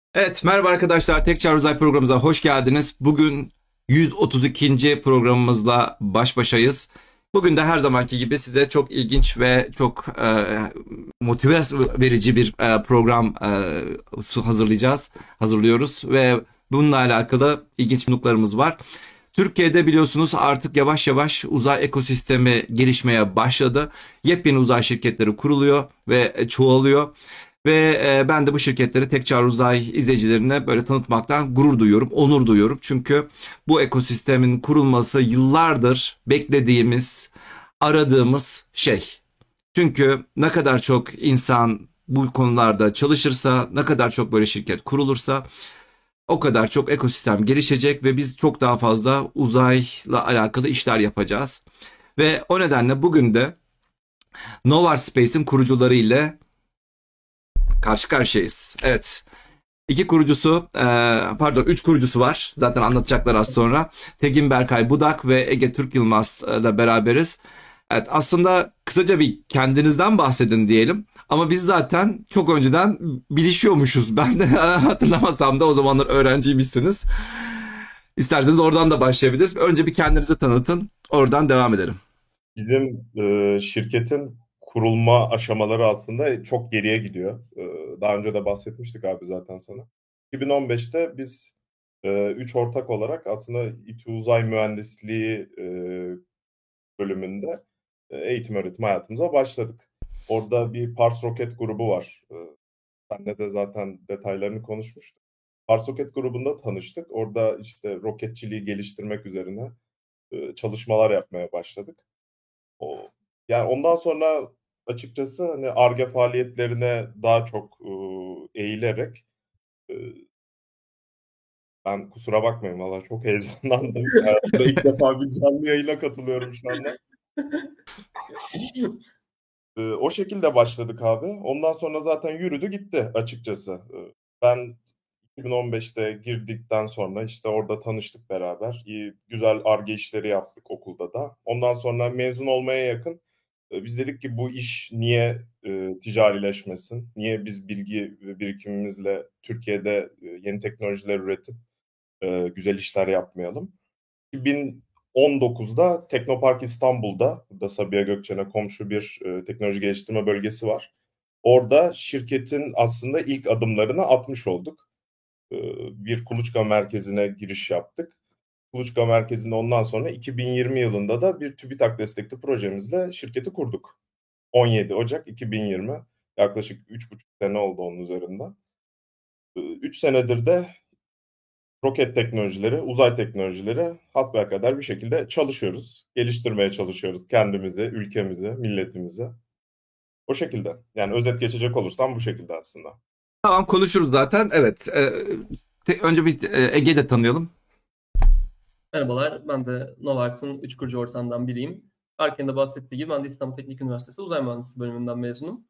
Evet, merhaba arkadaşlar. Tek Çağrı Uzay programımıza hoş geldiniz. Bugün 132. programımızla baş başayız. Bugün de her zamanki gibi size çok ilginç ve çok motive verici bir program hazırlıyoruz ve bununla alakalı ilginç noktalarımız var. Türkiye'de biliyorsunuz artık yavaş yavaş uzay ekosistemi gelişmeye başladı. Yepyeni uzay şirketleri kuruluyor ve çoğalıyor. Ve ben de bu şirketleri Tek Çağrı Uzay izleyicilerine böyle tanıtmaktan gurur duyuyorum, onur duyuyorum. Çünkü bu ekosistemin kurulması yıllardır beklediğimiz, aradığımız şey. Çünkü ne kadar çok insan bu konularda çalışırsa, ne kadar çok böyle şirket kurulursa o kadar çok ekosistem gelişecek ve biz çok daha fazla uzayla alakalı işler yapacağız. Ve o nedenle bugün de Novar Space'in kurucuları ile karşı karşıyayız. Evet. Üç kurucusu var. Zaten anlatacaklar az sonra. Tegin Berkay Budak ve Ege Türk Yılmaz'la beraberiz. Evet, aslında kısaca bir kendinizden bahsedin diyelim. Ama biz zaten çok önceden bilişiyormuşuz. Ben de hatırlamasam da o zamanlar öğrenciymişsiniz. İsterseniz oradan da başlayabiliriz. Önce bir kendinizi tanıtın, oradan devam edelim. Bizim şirketin kurulma aşamaları aslında çok geriye gidiyor. Daha önce de bahsetmiştik abi zaten sana. 2015'te biz üç ortak olarak aslında İTÜ Uzay Mühendisliği bölümünde eğitim öğretim hayatımıza başladık. Orada bir Pars Roket grubu var. Seninle de zaten detaylarını konuşmuştuk. Pars Roket grubunda tanıştık. Orada işte roketçiliği geliştirmek üzerine çalışmalar yapmaya başladık. O yani ondan sonra açıkçası hani Ar-Ge faaliyetlerine daha çok eğilerek e, ben kusura bakmayın valla çok heyecanlandım. Hayatımda ilk defa bir canlı yayına katılıyorum şu anda. O şekilde başladık abi. Ondan sonra zaten yürüdü gitti açıkçası. Ben 2015'te girdikten sonra işte orada tanıştık beraber. İyi, güzel Ar-Ge işleri yaptık okulda da. Ondan sonra mezun olmaya yakın biz dedik ki bu iş niye ticarileşmesin? Niye biz bilgi ve birikimimizle Türkiye'de yeni teknolojiler üretip güzel işler yapmayalım? 2019'da Teknopark İstanbul'da, burada Sabiha Gökçen'e komşu bir teknoloji geliştirme bölgesi var. Orada şirketin aslında ilk adımlarını atmış olduk. E, Bir kuluçka merkezine giriş yaptık. Kuluçka merkezinde ondan sonra 2020 yılında da bir TÜBİTAK destekli projemizle şirketi kurduk. 17 Ocak 2020. Yaklaşık 3,5 sene oldu onun üzerinden. 3 senedir de roket teknolojileri, uzay teknolojileri hasbelkader bir şekilde çalışıyoruz. Geliştirmeye çalışıyoruz kendimizi, ülkemizi, milletimizi. O şekilde. Yani özet geçecek olursam bu şekilde aslında. Tamam, konuşuruz zaten. Evet. Önce bir Ege'yi de tanıyalım. Merhabalar, ben de Novartis'in 3 kurucu ortağından biriyim. Erken de bahsettiği gibi ben de İstanbul Teknik Üniversitesi Uzay Mühendisliği bölümünden mezunum.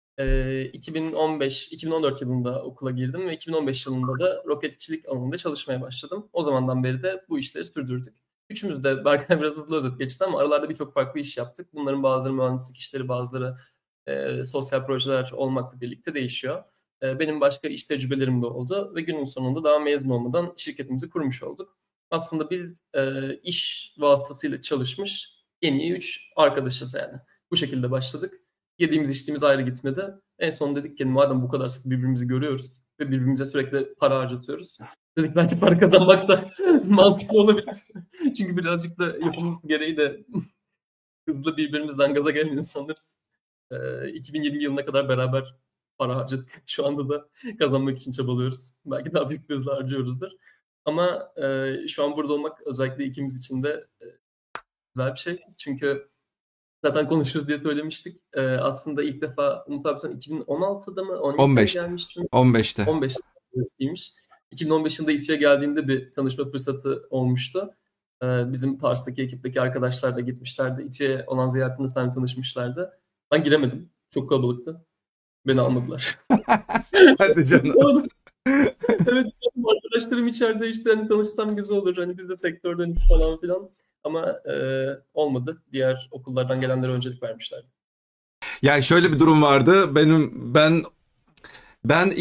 2014 yılında okula girdim ve 2015 yılında da roketçilik alanında çalışmaya başladım. O zamandan beri de bu işleri sürdürdük. Üçümüz de Berkay biraz hızlı özet geçti ama aralarda birçok farklı iş yaptık. Bunların bazıları mühendislik işleri, bazıları sosyal projeler olmakla birlikte değişiyor. Benim başka iş tecrübelerim de oldu ve günün sonunda daha mezun olmadan şirketimizi kurmuş olduk. Aslında biz iş vasıtasıyla çalışmış en iyi 3 arkadaşız yani. Bu şekilde başladık. Yediğimiz içtiğimiz ayrı gitmedi. En son dedik ki madem bu kadar sık birbirimizi görüyoruz ve birbirimize sürekli para harcatıyoruz. Dedik belki para kazanmak da mantıklı olabilir. Çünkü birazcık da yapımız gereği de hızlı birbirimizden gaza gelen insanlarız. 2020 yılına kadar beraber para harcadık. Şu anda da kazanmak için çabalıyoruz. Belki daha büyük bir hızla harcıyoruzdur. Ama şu an burada olmak özellikle ikimiz için de güzel bir şey. Çünkü zaten konuşuruz diye söylemiştik. Aslında ilk defa Umut abi sen 2016'da mı 17'de mi 15'te. gelmiştin? 15'te. 15'te eskiymiş. 2015 yılında İTÜ'ye geldiğinde bir tanışma fırsatı olmuştu. Bizim Pars'taki ekipteki arkadaşlar da gitmişlerdi. İTÜ'ye olan ziyaretinde seninle tanışmışlardı. Ben giremedim. Çok kalabalıktı. Beni almadılar. Hadi canım. Evet, arkadaşlarım içeride işte hani tanışsam güzel olur. Hani biz de sektördeniz falan filan. Ama olmadı. Diğer okullardan gelenlere öncelik vermişlerdi. Yani şöyle bir durum vardı. Ben Ben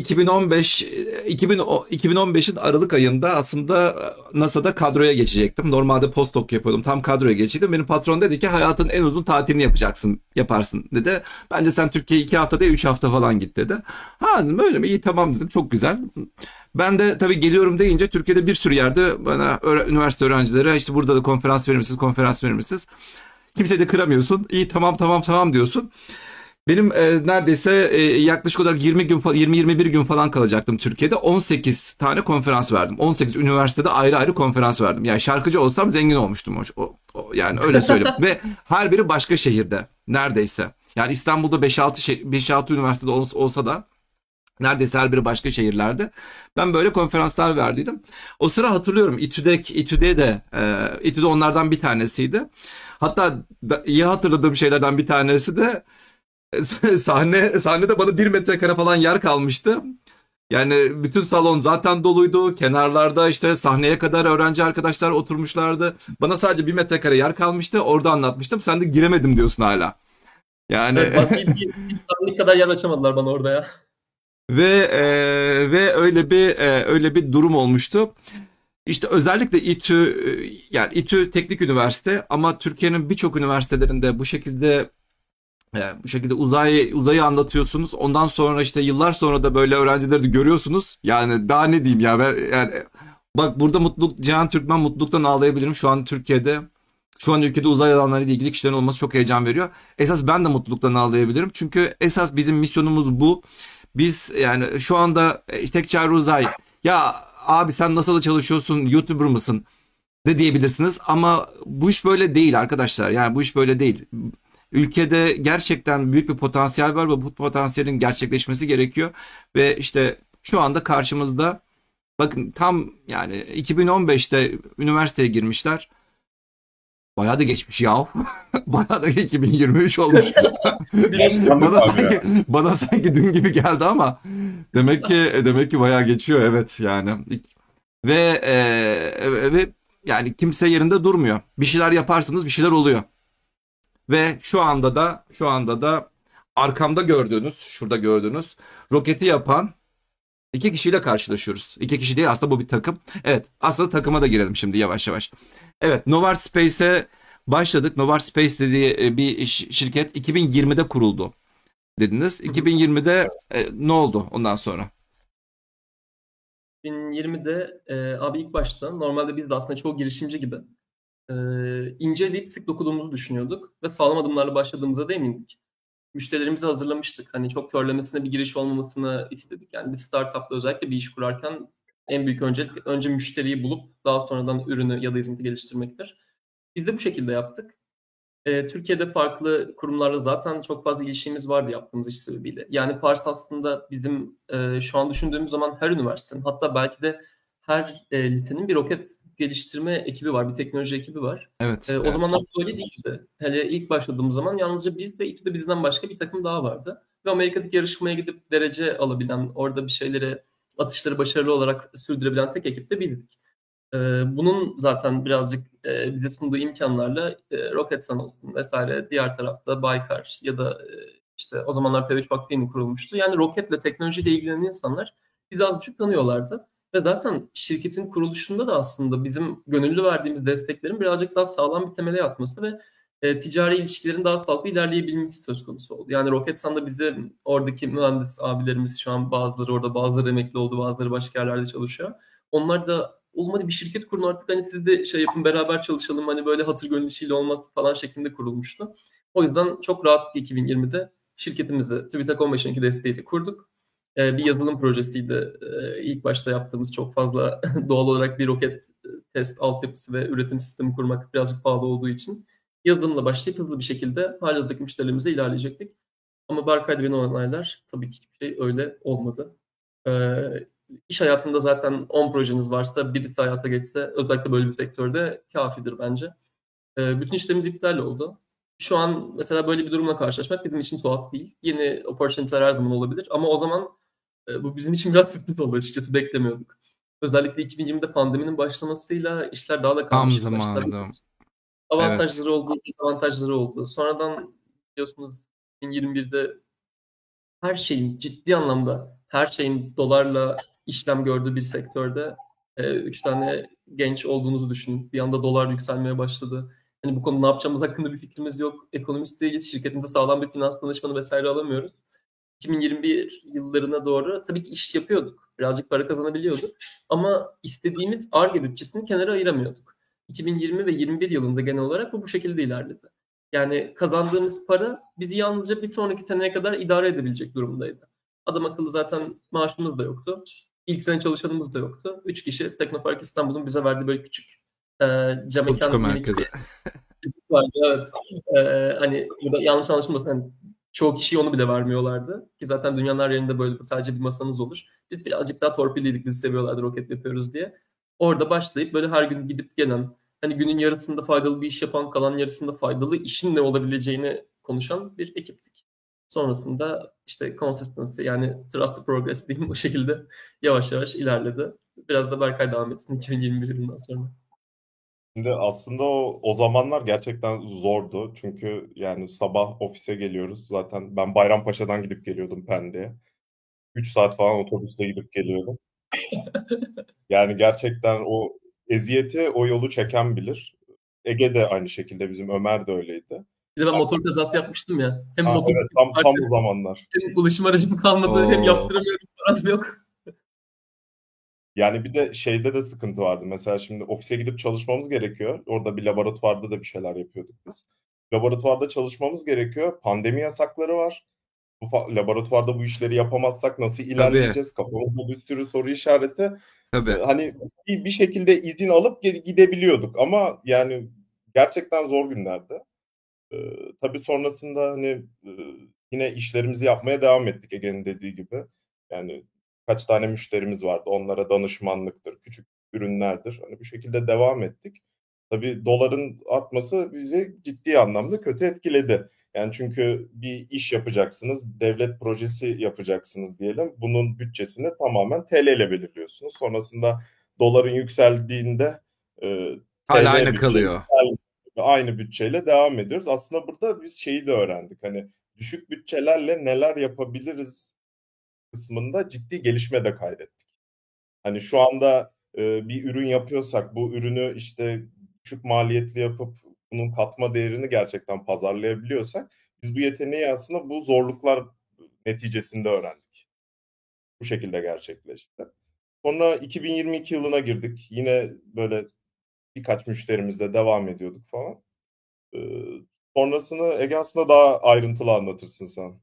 2015'in Aralık ayında aslında NASA'da kadroya geçecektim. Normalde postdoc yapıyordum. Tam kadroya geçecektim. Benim patron dedi ki hayatın en uzun tatilini yaparsın dedi. Bence sen Türkiye'ye 2 hafta değil 3 hafta falan git dedi. Ha dedim öyle mi? İyi tamam dedim. Çok güzel. Ben de tabii geliyorum deyince Türkiye'de bir sürü yerde bana üniversite öğrencileri işte burada da konferans verir misiniz, konferans verir misiniz? Kimseyi de kıramıyorsun. İyi tamam tamam tamam diyorsun. Benim neredeyse yaklaşık olarak 20 gün 20-21 gün falan kalacaktım Türkiye'de. 18 tane konferans verdim. 18 üniversitede ayrı ayrı konferans verdim. Yani şarkıcı olsam zengin olmuştum yani öyle söyleyeyim. Ve her biri başka şehirde neredeyse. Yani İstanbul'da 5-6 üniversitede olsa da neredeyse her biri başka şehirlerde. Ben böyle konferanslar verdiydim. O sıra hatırlıyorum İTÜ'de onlardan bir tanesiydi. Hatta iyi hatırladığım şeylerden bir tanesi de sahnede bana 1 metrekare falan yer kalmıştı. Yani bütün salon zaten doluydu. Kenarlarda işte sahneye kadar öğrenci arkadaşlar oturmuşlardı. Bana sadece 1 metrekare yer kalmıştı. Orada anlatmıştım. Sen de giremedim diyorsun hala. Yani Evet, bir kadar yer açamadılar bana orada ya. ve öyle bir durum olmuştu. İşte özellikle yani İTÜ Teknik Üniversite ama Türkiye'nin birçok üniversitelerinde bu şekilde uzayı anlatıyorsunuz. Ondan sonra işte yıllar sonra da böyle öğrencileri de görüyorsunuz. Yani daha ne diyeyim ya yani bak burada Cihan Türkmen mutluluktan ağlayabilirim. Şu an ülkede uzay alanlarıyla ilgili kişilerin olması çok heyecan veriyor. Esas ben de mutluluktan ağlayabilirim. Çünkü esas bizim misyonumuz bu. Biz yani şu anda tek çare uzay. Ya abi sen NASA'da çalışıyorsun, YouTuber mısın? De diyebilirsiniz ama bu iş böyle değil arkadaşlar. Yani bu iş böyle değil. Ülkede gerçekten büyük bir potansiyel var ve bu potansiyelin gerçekleşmesi gerekiyor. Ve işte şu anda karşımızda bakın tam yani 2015'te üniversiteye girmişler. Bayağı da geçmiş ya. Bayağı da 2023 olmuş. Yaşlandık bana abi ya. sanki bana sanki dün gibi geldi ama demek ki bayağı geçiyor evet yani. Ve yani kimse yerinde durmuyor. Bir şeyler yaparsınız bir şeyler oluyor. Ve şu anda da arkamda şurada gördüğünüz roketi yapan 2 kişiyle karşılaşıyoruz. 2 kişi değil aslında bu bir takım. Evet aslında takıma da girelim şimdi yavaş yavaş. Evet Novart Space'e başladık. Novart Space dediği bir şirket 2020'de kuruldu dediniz. 2020'de ne oldu ondan sonra? 2020'de abi ilk başta normalde biz de aslında çoğu girişimci gibi inceleyip sık dokuduğumuzu düşünüyorduk ve sağlam adımlarla başladığımıza da emindik. Müşterilerimizi hazırlamıştık. Hani çok körlemesine bir giriş olmamasını istedik. Yani bir startupta özellikle bir iş kurarken en büyük öncelik önce müşteriyi bulup daha sonradan ürünü ya da hizmeti geliştirmektir. Biz de bu şekilde yaptık. Türkiye'de farklı kurumlarla zaten çok fazla ilişkimiz vardı yaptığımız iş sebebiyle. Yani Pars aslında bizim şu an düşündüğümüz zaman her üniversitenin hatta belki de her lisenin bir roket geliştirme ekibi var, bir teknoloji ekibi var. Evet, O evet. zamanlar böyle değildi. Hele ilk başladığımız zaman yalnızca biz ve İTÜ'de bizden başka bir takım daha vardı. Ve Amerika'daki yarışmaya gidip derece alabilen, orada bir şeyleri, atışları başarılı olarak sürdürebilen tek ekip de bizdik. Bunun zaten birazcık bize sunduğu imkanlarla Roketsan olsun vesaire diğer tarafta Baykar ya da işte o zamanlar T3 Vakfı yeni kurulmuştu. Yani roketle, teknolojiyle ilgilenen insanlar bizi az buçuk tanıyorlardı. Ve zaten şirketin kuruluşunda da aslında bizim gönüllü verdiğimiz desteklerin birazcık daha sağlam bir temele yatması ve ticari ilişkilerin daha sağlıklı ilerleyebilmesi söz konusu oldu. Yani Roketsan'da bize oradaki mühendis abilerimiz şu an bazıları orada, bazıları emekli oldu, bazıları başka yerlerde çalışıyor. Onlar da olmadı bir şirket kurun artık hani siz de şey yapın beraber çalışalım hani böyle hatır gönül işiyle olmaz falan şeklinde kurulmuştu. O yüzden çok rahatlık 2020'de şirketimizi TÜBİTAK 15'inki desteğiyle kurduk. Bir yazılım projesiydi. İlk başta yaptığımız çok fazla doğal olarak bir roket test altyapısı ve üretim sistemi kurmak birazcık pahalı olduğu için yazılımla başlayıp hızlı bir şekilde halihazırdaki müşterilerimize ilerleyecektik. Ama Berkay da beni onaylar. Tabii ki hiçbir şey öyle olmadı. İş hayatında zaten 10 projeniz varsa birisi hayata geçse özellikle böyle bir sektörde kafidir bence. Bütün işlerimiz iptal oldu. Şu an mesela böyle bir durumla karşılaşmak bizim için tuhaf değil. Yeni opportunity'ler her zaman olabilir ama o zaman bu bizim için biraz sürpriz oldu açıkçası beklemiyorduk. Özellikle 2020'de pandeminin başlamasıyla işler daha da Tam karmaşık başladı. zamanında. Evet. Avantajları oldu, dezavantajları oldu. Sonradan biliyorsunuz 2021'de her şeyin ciddi anlamda her şeyin dolarla işlem gördüğü bir sektörde 3 tane genç olduğunuzu düşünün. Bir anda dolar yükselmeye başladı. Hani bu konuda ne yapacağımız hakkında bir fikrimiz yok. Ekonomist değiliz. Şirketimize sağlam bir finans danışmanı vesaire alamıyoruz. 2021 yıllarına doğru tabii ki iş yapıyorduk. Birazcık para kazanabiliyorduk. Ama istediğimiz Ar-Ge bütçesini kenara ayıramıyorduk. 2020 ve 21 yılında genel olarak bu şekilde ilerledi. Yani kazandığımız para bizi yalnızca bir sonraki seneye kadar idare edebilecek durumdaydı. Adam akıllı zaten maaşımız da yoktu. İlk sene çalışanımız da yoktu. 3 kişi Teknopark İstanbul'un bize verdiği böyle küçük cam Kuluçka mekan minik merkezi. bir vardı. Evet. Hani burada yanlış anlaşılmasın. Hani çoğu kişiye onu bile vermiyorlardı. Ki zaten dünyanın her yerinde böyle sadece bir masanız olur. Biz birazcık daha torpilliydik. Bizi seviyorlardı roket yapıyoruz diye. Orada başlayıp böyle her gün gidip gelen, hani günün yarısında faydalı bir iş yapan, kalan yarısında faydalı işin ne olabileceğini konuşan bir ekiptik. Sonrasında işte consistency yani trust the progress diyeyim o şekilde yavaş yavaş ilerledi. Biraz da Berkay devam etsin 2021 yılından sonra. Şimdi aslında o zamanlar gerçekten zordu. Çünkü yani sabah ofise geliyoruz. Zaten ben Bayrampaşa'dan gidip geliyordum Pendik'e. 3 saat falan otobüste gidip geliyordum. Yani gerçekten o eziyeti o yolu çeken bilir. Ege de aynı şekilde, bizim Ömer de öyleydi. Bir de ben motor kazası yapmıştım ya. Hem Ha, evet, motosiklet tam o zamanlar. hem ulaşım aracım kalmadı hem Oo. yaptıramıyorum param yok. Yani bir de şeyde de sıkıntı vardı. Mesela şimdi ofise gidip çalışmamız gerekiyor. Orada bir laboratuvarda da bir şeyler yapıyorduk biz. Laboratuvarda çalışmamız gerekiyor. Pandemi yasakları var. Laboratuvarda bu işleri yapamazsak nasıl Tabii, ilerleyeceğiz? Kafamızda bir sürü soru işareti. tabii. Hani bir şekilde izin alıp gidebiliyorduk ama yani gerçekten zor günlerdi. Tabii sonrasında hani yine işlerimizi yapmaya devam ettik Ege'nin dediği gibi. Yani kaç tane müşterimiz vardı. Onlara danışmanlıktır, küçük ürünlerdir. Hani bu şekilde devam ettik. Tabii doların artması bizi ciddi anlamda kötü etkiledi. Yani çünkü bir iş yapacaksınız, devlet projesi yapacaksınız diyelim. Bunun bütçesini tamamen TL ile belirliyorsunuz. Sonrasında doların yükseldiğinde e, Hala TL aynı bütçe kalıyor. aynı bütçeyle devam ediyoruz. Aslında burada biz şeyi de öğrendik. Hani düşük bütçelerle neler yapabiliriz kısmında ciddi gelişme de kaydettik. Hani şu anda bir ürün yapıyorsak bu ürünü işte düşük maliyetli yapıp bunun katma değerini gerçekten pazarlayabiliyorsak biz bu yeteneği aslında bu zorluklar neticesinde öğrendik. Bu şekilde gerçekleşti. Sonra 2022 yılına girdik. Yine böyle birkaç müşterimizle devam ediyorduk falan. Ee, Sonrasını Ege aslında daha ayrıntılı anlatırsın sen.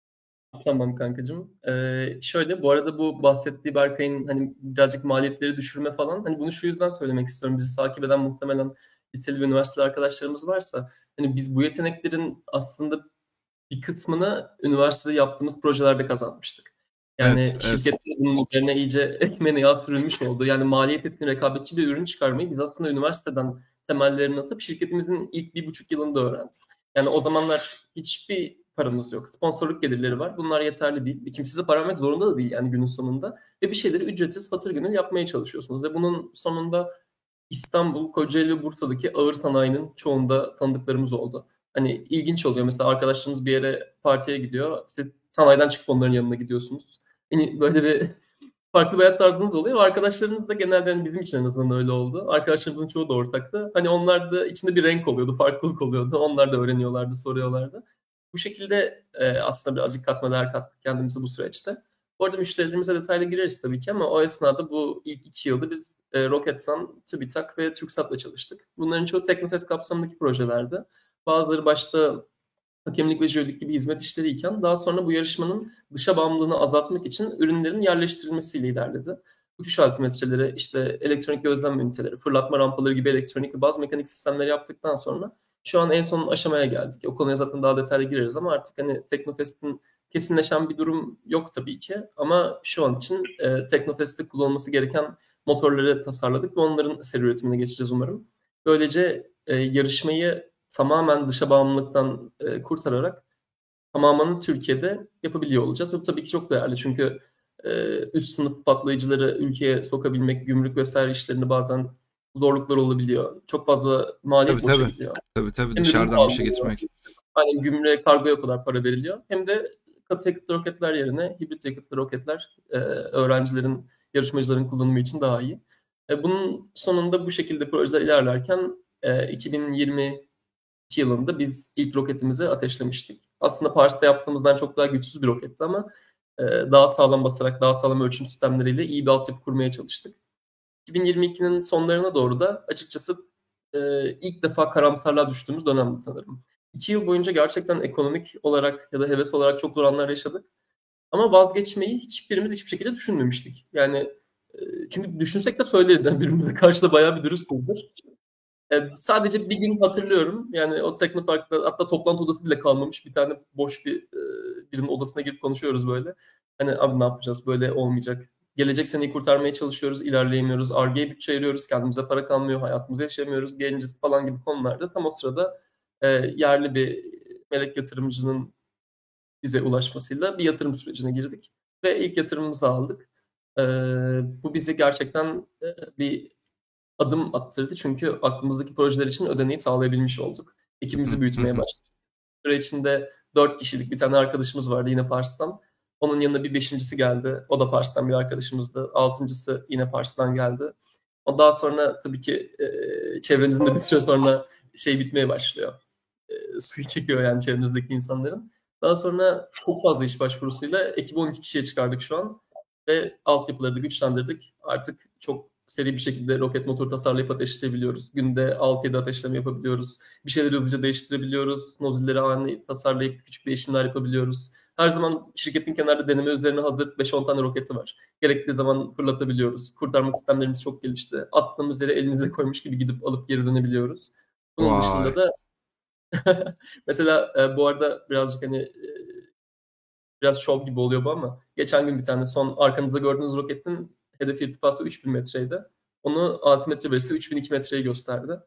Tamam kankacığım. Şöyle bu arada bu bahsettiği Berkay'ın hani birazcık maliyetleri düşürme falan hani bunu şu yüzden söylemek istiyorum. Bizi takip eden muhtemelen liseli ve üniversiteli arkadaşlarımız varsa hani biz bu yeteneklerin aslında bir kısmını üniversitede yaptığımız projelerde kazanmıştık. Evet, Yani evet. şirketler bunun üzerine iyice ekmeğine yağ sürülmüş oldu. Yani maliyet etkin rekabetçi bir ürün çıkarmayı biz aslında üniversiteden temellerini atıp şirketimizin ilk 1,5 yılında öğrendik. Yani o zamanlar hiçbir paramız yok. Sponsorluk gelirleri var. Bunlar yeterli değil. Kimse size para vermek zorunda da değil yani günün sonunda. Ve bir şeyleri ücretsiz hatır gönül yapmaya çalışıyorsunuz. Ve bunun sonunda İstanbul, Kocaeli ve Bursa'daki ağır sanayinin çoğunda tanıdıklarımız oldu. Hani ilginç oluyor. Mesela arkadaşlarınız bir yere partiye gidiyor. İşte sanayiden çıkıp onların yanına gidiyorsunuz. Yani böyle bir farklı bir hayat tarzınız oluyor. Ve arkadaşlarınız da genelde hani bizim için en azından öyle oldu. Arkadaşlarımızın çoğu da ortaktı. Hani onlar da içinde bir renk oluyordu, farklılık oluyordu. Onlar da öğreniyorlardı, soruyorlardı. Bu şekilde aslında birazcık katma değer kattık kendimize bu süreçte. Bu arada müşterilerimize detaylı gireriz tabii ki ama o esnada bu ilk 2 yılda biz Roketsan, TÜBİTAK ve TürkSat'la çalıştık. Bunların çoğu Teknofest kapsamındaki projelerdi. Bazıları başta hakemlik ve jürilik gibi hizmet işleriyken daha sonra bu yarışmanın dışa bağımlılığını azaltmak için ürünlerin yerleştirilmesiyle ilerledi. Uçuş altimetreleri, işte elektronik gözlem üniteleri, fırlatma rampaları gibi elektronik ve bazı mekanik sistemleri yaptıktan sonra şu an en son aşamaya geldik. O konuya zaten daha detaylı gireriz ama artık hani Teknofest'in kesinleşen bir durum yok tabii ki. Ama şu an için Teknofest'te kullanılması gereken motorları tasarladık ve onların seri üretimine geçeceğiz umarım. Böylece yarışmayı tamamen dışa bağımlılıktan kurtararak tamamını Türkiye'de yapabiliyor olacağız. Bu tabii ki çok değerli çünkü üst sınıf patlayıcıları ülkeye sokabilmek, gümrük vesaire işlerinde bazen zorluklar olabiliyor. Çok fazla Tabii, maliyet boşa tabii. gidiyor. Tabii, tabii, Hem ürün dışarıdan bir pahalı şey oluyor. getirmek. Aynen gümrüğe, kargoya kadar para veriliyor. Hem de katı yakıtlı roketler yerine hibrit yakıtlı roketler öğrencilerin, yarışmacıların kullanımı için daha iyi. Bunun sonunda bu şekilde projeler ilerlerken 2022 yılında biz ilk roketimizi ateşlemiştik. Aslında Pars'ta yaptığımızdan çok daha güçsüz bir roketti ama daha sağlam basarak, daha sağlam ölçüm sistemleriyle iyi bir altyapı kurmaya çalıştık. 2022'nin sonlarına doğru da açıkçası ilk defa karamsarlığa düştüğümüz dönemdi sanırım. 2 yıl boyunca gerçekten ekonomik olarak ya da heves olarak çok zor anlar yaşadık. Ama vazgeçmeyi hiçbirimiz hiçbir şekilde düşünmemiştik. Yani çünkü düşünsek de söyleriz. Yani birbirimize karşı da bayağı bir dürüstüzdür. Sadece bir gün hatırlıyorum. Yani o Teknopark'ta hatta toplantı odası bile kalmamış. Bir tane boş birinin odasına girip konuşuyoruz böyle. Hani abi ne yapacağız? Böyle olmayacak. Gelecek seneyi kurtarmaya çalışıyoruz, ilerleyemiyoruz. Ar-Ge'ye bütçe ayırıyoruz, kendimize para kalmıyor, hayatımızı yaşayamıyoruz, genciz falan gibi konularda. Tam o sırada yerli bir melek yatırımcının bize ulaşmasıyla bir yatırım sürecine girdik. Ve ilk yatırımımızı aldık. Bu bizi gerçekten bir adım attırdı. Çünkü aklımızdaki projeler için ödeneği sağlayabilmiş olduk. Ekibimizi büyütmeye başladık. Süre içinde 4 kişilik bir tane arkadaşımız vardı yine Pars'tan. Onun yanına bir beşincisi geldi. O da Pars'tan bir arkadaşımızdı. Altıncısı yine Pars'tan geldi. O daha sonra tabii ki çevrenizin de bir süre sonra bitmeye başlıyor. Suyu çekiyor yani çevrenizdeki insanların. Daha sonra çok fazla iş başvurusuyla ekibi 12 kişiye çıkardık şu an. Ve altyapıları da güçlendirdik. Artık çok seri bir şekilde roket motoru tasarlayıp ateşleyebiliyoruz. Günde 6-7 ateşleme yapabiliyoruz. Bir şeyleri hızlıca değiştirebiliyoruz. Nozilleri ani tasarlayıp küçük değişimler yapabiliyoruz. Her zaman şirketin kenarda deneme üzerine hazır 5-10 tane roketi var. Gerektiği zaman fırlatabiliyoruz. Kurtarma sistemlerimiz çok gelişti. Attığımız yere elimizle koymuş gibi gidip alıp geri dönebiliyoruz. Bunun dışında da mesela bu arada birazcık biraz şov gibi oluyor bu ama geçen gün bir tane son arkanızda gördüğünüz roketin hedef irtifası 3000 metreydi. Onu altimetre verisi 3002 metreyi gösterdi.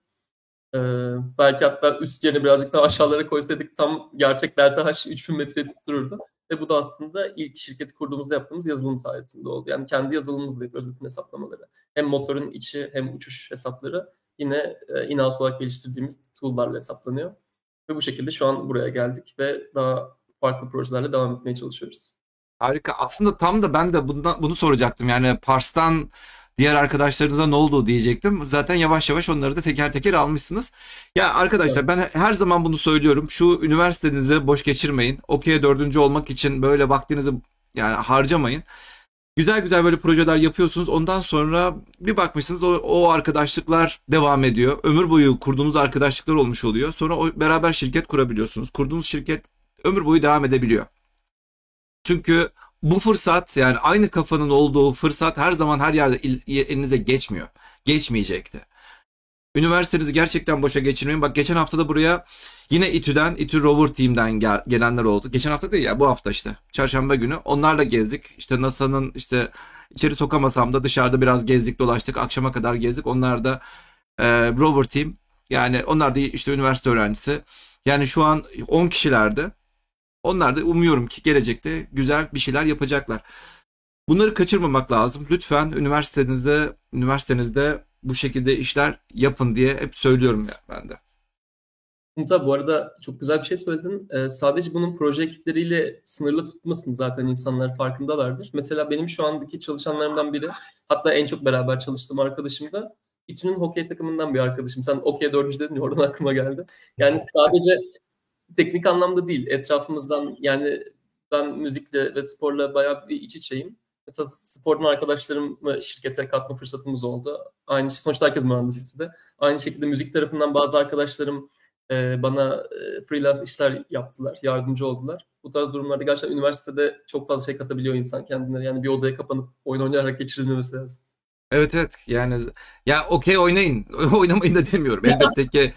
Belki hatta üst yerine birazcık daha aşağılara koysaydık tam gerçek DLTH 3000 metreyi tuttururdu. Ve bu da aslında ilk şirketi kurduğumuzda yaptığımız yazılım sayesinde oldu. Yani kendi yazılımımızla yapıyoruz bütün hesaplamaları. Hem motorun içi hem uçuş hesapları yine in-house olarak geliştirdiğimiz tool'larla hesaplanıyor. Ve bu şekilde şu an buraya geldik ve daha farklı projelerle devam etmeye çalışıyoruz. Harika. Aslında tam da ben de bunu soracaktım. Yani Pars'tan diğer arkadaşlarınıza ne oldu diyecektim. Zaten yavaş yavaş onları da teker teker almışsınız. Ya arkadaşlar ben her zaman bunu söylüyorum. Şu üniversitenizi boş geçirmeyin. OKİ'ye 4. olmak için böyle vaktinizi yani harcamayın. Güzel güzel böyle projeler yapıyorsunuz. Ondan sonra bir bakmışsınız o arkadaşlıklar devam ediyor. Ömür boyu kurduğunuz arkadaşlıklar olmuş oluyor. Sonra beraber şirket kurabiliyorsunuz. Kurduğunuz şirket ömür boyu devam edebiliyor. Çünkü bu fırsat yani aynı kafanın olduğu fırsat her zaman her yerde elinize geçmiyor. Geçmeyecekti. Üniversitenizi gerçekten boşa geçirmeyin. Bak geçen hafta da buraya yine İTÜ Rover Team'den gelenler oldu. Geçen hafta değil ya bu hafta işte. Çarşamba günü. Onlarla gezdik. İşte NASA'nın içeri sokamasam da dışarıda biraz gezdik dolaştık. Akşama kadar gezdik. Onlar da Rover Team. Yani onlar da işte üniversite öğrencisi. Yani şu an 10 kişilerdi. Onlar da umuyorum ki gelecekte güzel bir şeyler yapacaklar. Bunları kaçırmamak lazım. Lütfen üniversitenizde bu şekilde işler yapın diye hep söylüyorum ya ben de. Umut bu arada çok güzel bir şey söyledin. Sadece bunun proje ekipleriyle sınırlı tutmasın zaten insanlar farkındalardır. Mesela benim şu andaki çalışanlarımdan biri, hatta en çok beraber çalıştığım arkadaşım da İTÜ'nün hokey takımından bir arkadaşım. Sen okey 4. dedin ya oradan aklıma geldi. Yani sadece teknik anlamda değil, etrafımızdan yani ben müzikle ve sporla bayağı bir iç içeyim. Mesela spordan arkadaşlarımı şirkete katma fırsatımız oldu. Sonuçta herkes mühendis İTÜ'de. Aynı şekilde müzik tarafından bazı arkadaşlarım bana freelance işler yaptılar, yardımcı oldular. Bu tarz durumlarda gerçekten üniversitede çok fazla şey katabiliyor insan kendine. Yani bir odaya kapanıp oyun oynayarak geçirilmemesi lazım. Evet yani ya okey oynayın oynamayın da demiyorum elbette ki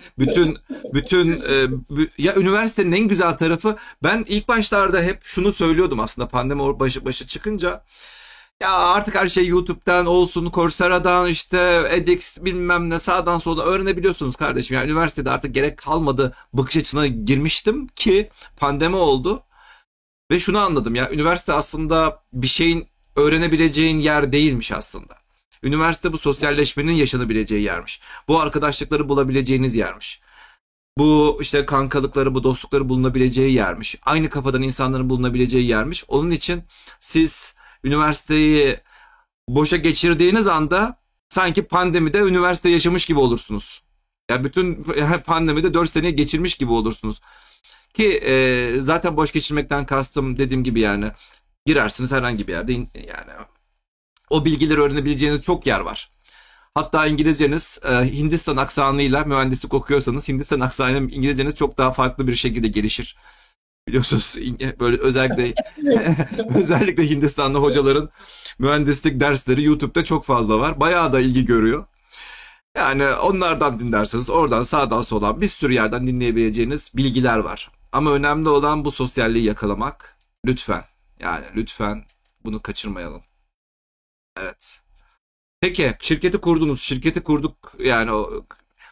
ya üniversitenin en güzel tarafı ben ilk başlarda hep şunu söylüyordum aslında pandemi başı çıkınca ya artık her şey YouTube'dan olsun Coursera'dan işte edX bilmem ne sağdan soldan öğrenebiliyorsunuz kardeşim yani üniversitede artık gerek kalmadı bakış açısına girmiştim ki pandemi oldu ve şunu anladım ya üniversite aslında bir şeyin öğrenebileceğin yer değilmiş aslında. Üniversite bu sosyalleşmenin yaşanabileceği yermiş. Bu arkadaşlıkları bulabileceğiniz yermiş. Bu işte kankalıkları, bu dostlukları bulunabileceği yermiş. Aynı kafadan insanların bulunabileceği yermiş. Onun için siz üniversiteyi boşa geçirdiğiniz anda sanki pandemide üniversite yaşamış gibi olursunuz. Ya bütün pandemide 4 seneyi geçirmiş gibi olursunuz. Ki zaten boş geçirmekten kastım dediğim gibi yani girersiniz herhangi bir yerde yani o bilgileri öğrenebileceğiniz çok yer var. Hatta İngilizceniz Hindistan aksanıyla mühendislik okuyorsanız Hindistan aksanıyla İngilizceniz çok daha farklı bir şekilde gelişir. Biliyorsunuz böyle özellikle özellikle Hindistanlı hocaların mühendislik dersleri YouTube'da çok fazla var. Bayağı da ilgi görüyor. Yani onlardan dinlersiniz. Oradan sağdan soldan bir sürü yerden dinleyebileceğiniz bilgiler var. Ama önemli olan bu sosyalliği yakalamak. Lütfen. Yani lütfen bunu kaçırmayalım. Evet. Peki şirketi kurdunuz. Şirketi kurduk yani o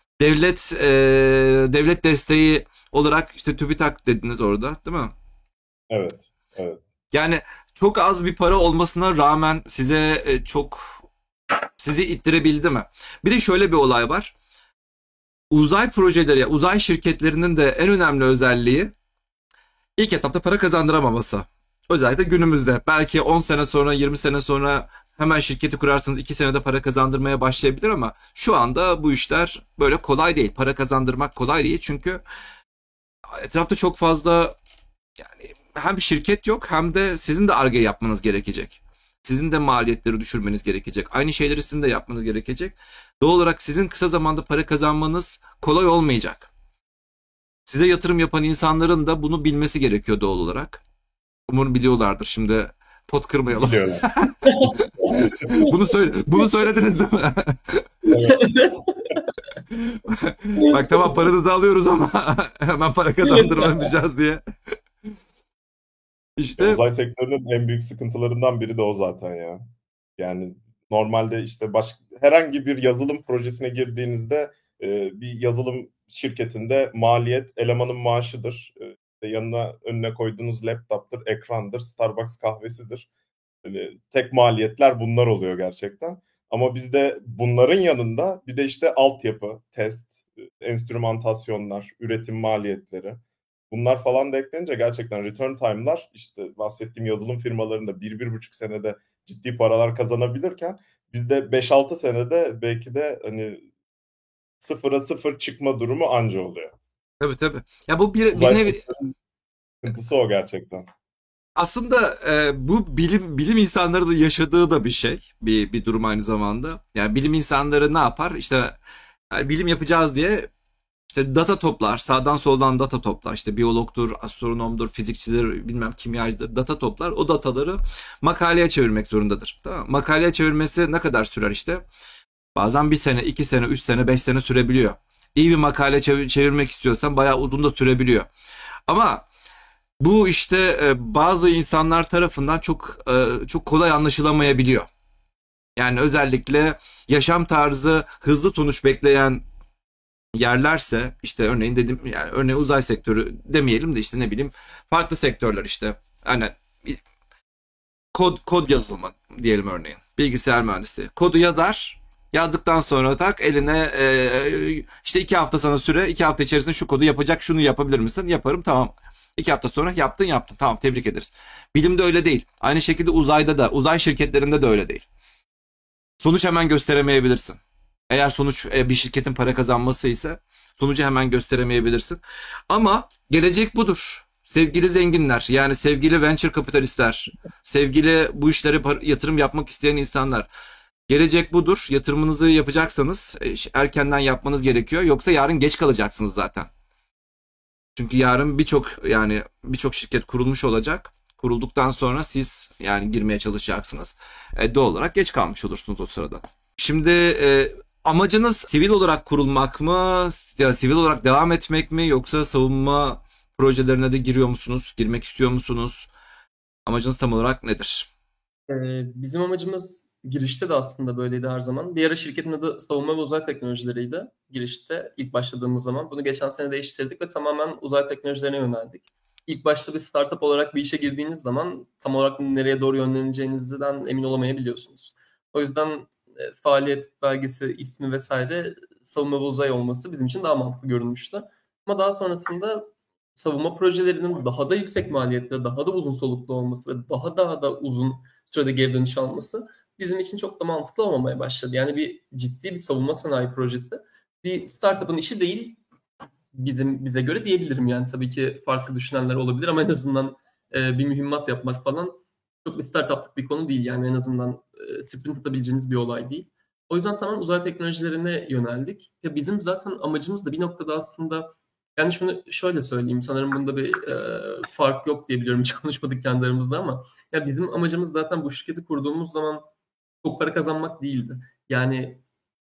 devlet desteği olarak işte TÜBİTAK dediniz orada, değil mi? Evet, evet. Yani çok az bir para olmasına rağmen size sizi ittirebildi mi? Bir de şöyle bir olay var. Uzay projeleri, uzay şirketlerinin de en önemli özelliği ilk etapta para kazandıramaması. Özellikle günümüzde. Belki 10 sene sonra, 20 sene sonra hemen şirketi kurarsanız 2 senede para kazandırmaya başlayabilir ama şu anda bu işler böyle kolay değil. Para kazandırmak kolay değil çünkü etrafta çok fazla yani hem şirket yok hem de sizin de Ar-Ge yapmanız gerekecek. Sizin de maliyetleri düşürmeniz gerekecek. Aynı şeyleri sizin de yapmanız gerekecek. Doğal olarak sizin kısa zamanda para kazanmanız kolay olmayacak. Size yatırım yapan insanların da bunu bilmesi gerekiyor doğal olarak. Umarım biliyorlardır. Şimdi pot kırmayalım. Biliyorlar. Bunu söylediniz değil mi? Evet. Bak tamam paranızı alıyoruz ama hemen para kazandırmayacağız diye. İşte Uzay sektörünün en büyük sıkıntılarından biri de o zaten ya. Yani normalde işte herhangi bir yazılım projesine girdiğinizde bir yazılım şirketinde maliyet elemanın maaşıdır. Yanına önüne koyduğunuz laptop'tır, ekrandır, Starbucks kahvesidir. Hani tek maliyetler bunlar oluyor gerçekten. Ama bizde bunların yanında bir de işte altyapı, test, enstrümantasyonlar, üretim maliyetleri. Bunlar falan da eklenince gerçekten return time'lar işte bahsettiğim yazılım firmalarında 1-1,5 senede ciddi paralar kazanabilirken bizde 5-6 senede belki de hani sıfıra sıfır çıkma durumu anca oluyor. tabii tabii. Ya bu bir Uzay nevi sektörünün sıkıntısı o gerçekten. aslında bu bilim insanları da yaşadığı da bir şey. Bir durum aynı zamanda. Yani bilim insanları ne yapar? İşte yani bilim yapacağız diye işte data toplar. Sağdan soldan data toplar. İşte biyologdur, astronomdur, fizikçidir, bilmem kimyacıdır. Data toplar. O dataları makaleye çevirmek zorundadır. Tamam mı? Makaleye çevirmesi ne kadar sürer işte? Bazen bir sene, 2 sene, 3 sene, 5 sene sürebiliyor. İyi bir makale çevirmek istiyorsan bayağı uzun da sürebiliyor. Ama bu işte bazı insanlar tarafından çok kolay anlaşılamayabiliyor. Yani özellikle yaşam tarzı hızlı sonuç bekleyen yerlerse işte örneğin dedim yani örneğin uzay sektörü demeyelim de işte ne bileyim farklı sektörler işte hani kod yazılımı diyelim örneğin bilgisayar mühendisi kodu yazdıktan sonra tak eline işte 2 hafta sana süre 2 hafta içerisinde şu kodu yapacak şunu yapabilir misin yaparım tamam 2 hafta sonra yaptın tamam tebrik ederiz. Bilimde öyle değil aynı şekilde uzayda da uzay şirketlerinde de öyle değil. Sonuç hemen gösteremeyebilirsin. Eğer sonuç bir şirketin para kazanması ise sonucu hemen gösteremeyebilirsin. Ama gelecek budur. Sevgili zenginler, yani sevgili venture kapitalistler, sevgili bu işlere yatırım yapmak isteyen insanlar. Gelecek budur. Yatırımınızı yapacaksanız erkenden yapmanız gerekiyor. Yoksa yarın geç kalacaksınız zaten. Çünkü yarın birçok şirket kurulmuş olacak. Kurulduktan sonra siz yani girmeye çalışacaksınız. Doğal olarak geç kalmış olursunuz o sırada. Şimdi amacınız sivil olarak kurulmak mı? Ya, sivil olarak devam etmek mi? Yoksa savunma projelerine de giriyor musunuz? Girmek istiyor musunuz? Amacınız tam olarak nedir? Bizim amacımız girişte de aslında böyleydi her zaman. Bir ara şirketin adı Savunma ve Uzay Teknolojileriydi. Girişte ilk başladığımız zaman. Bunu geçen sene değiştirdik ve tamamen uzay teknolojilerine yöneldik. İlk başta bir startup olarak bir işe girdiğiniz zaman tam olarak nereye doğru yönleneceğinizden emin olamayabiliyorsunuz. O yüzden faaliyet belgesi, ismi vesaire savunma ve uzay olması bizim için daha mantıklı görünmüştü. Ama daha sonrasında savunma projelerinin daha da yüksek maliyetli, daha da uzun soluklu olması ve daha da uzun sürede geri dönüş alması bizim için çok da mantıklı olmamaya başladı. Yani ciddi bir savunma sanayi projesi bir startup'ın işi değil, bize göre diyebilirim. Yani tabii ki farklı düşünenler olabilir ama en azından bir mühimmat yapmak falan çok bir startup'lık bir konu değil. Yani en azından sprint atabileceğiniz bir olay değil. O yüzden tamamen uzay teknolojilerine yöneldik. Ya bizim zaten amacımız da bir noktada aslında, yani şunu şöyle söyleyeyim, sanırım bunda bir fark yok diye biliyorum, hiç konuşmadık kendi aramızda, ama ya bizim amacımız zaten bu şirketi kurduğumuz zaman çok para kazanmak değildi. Yani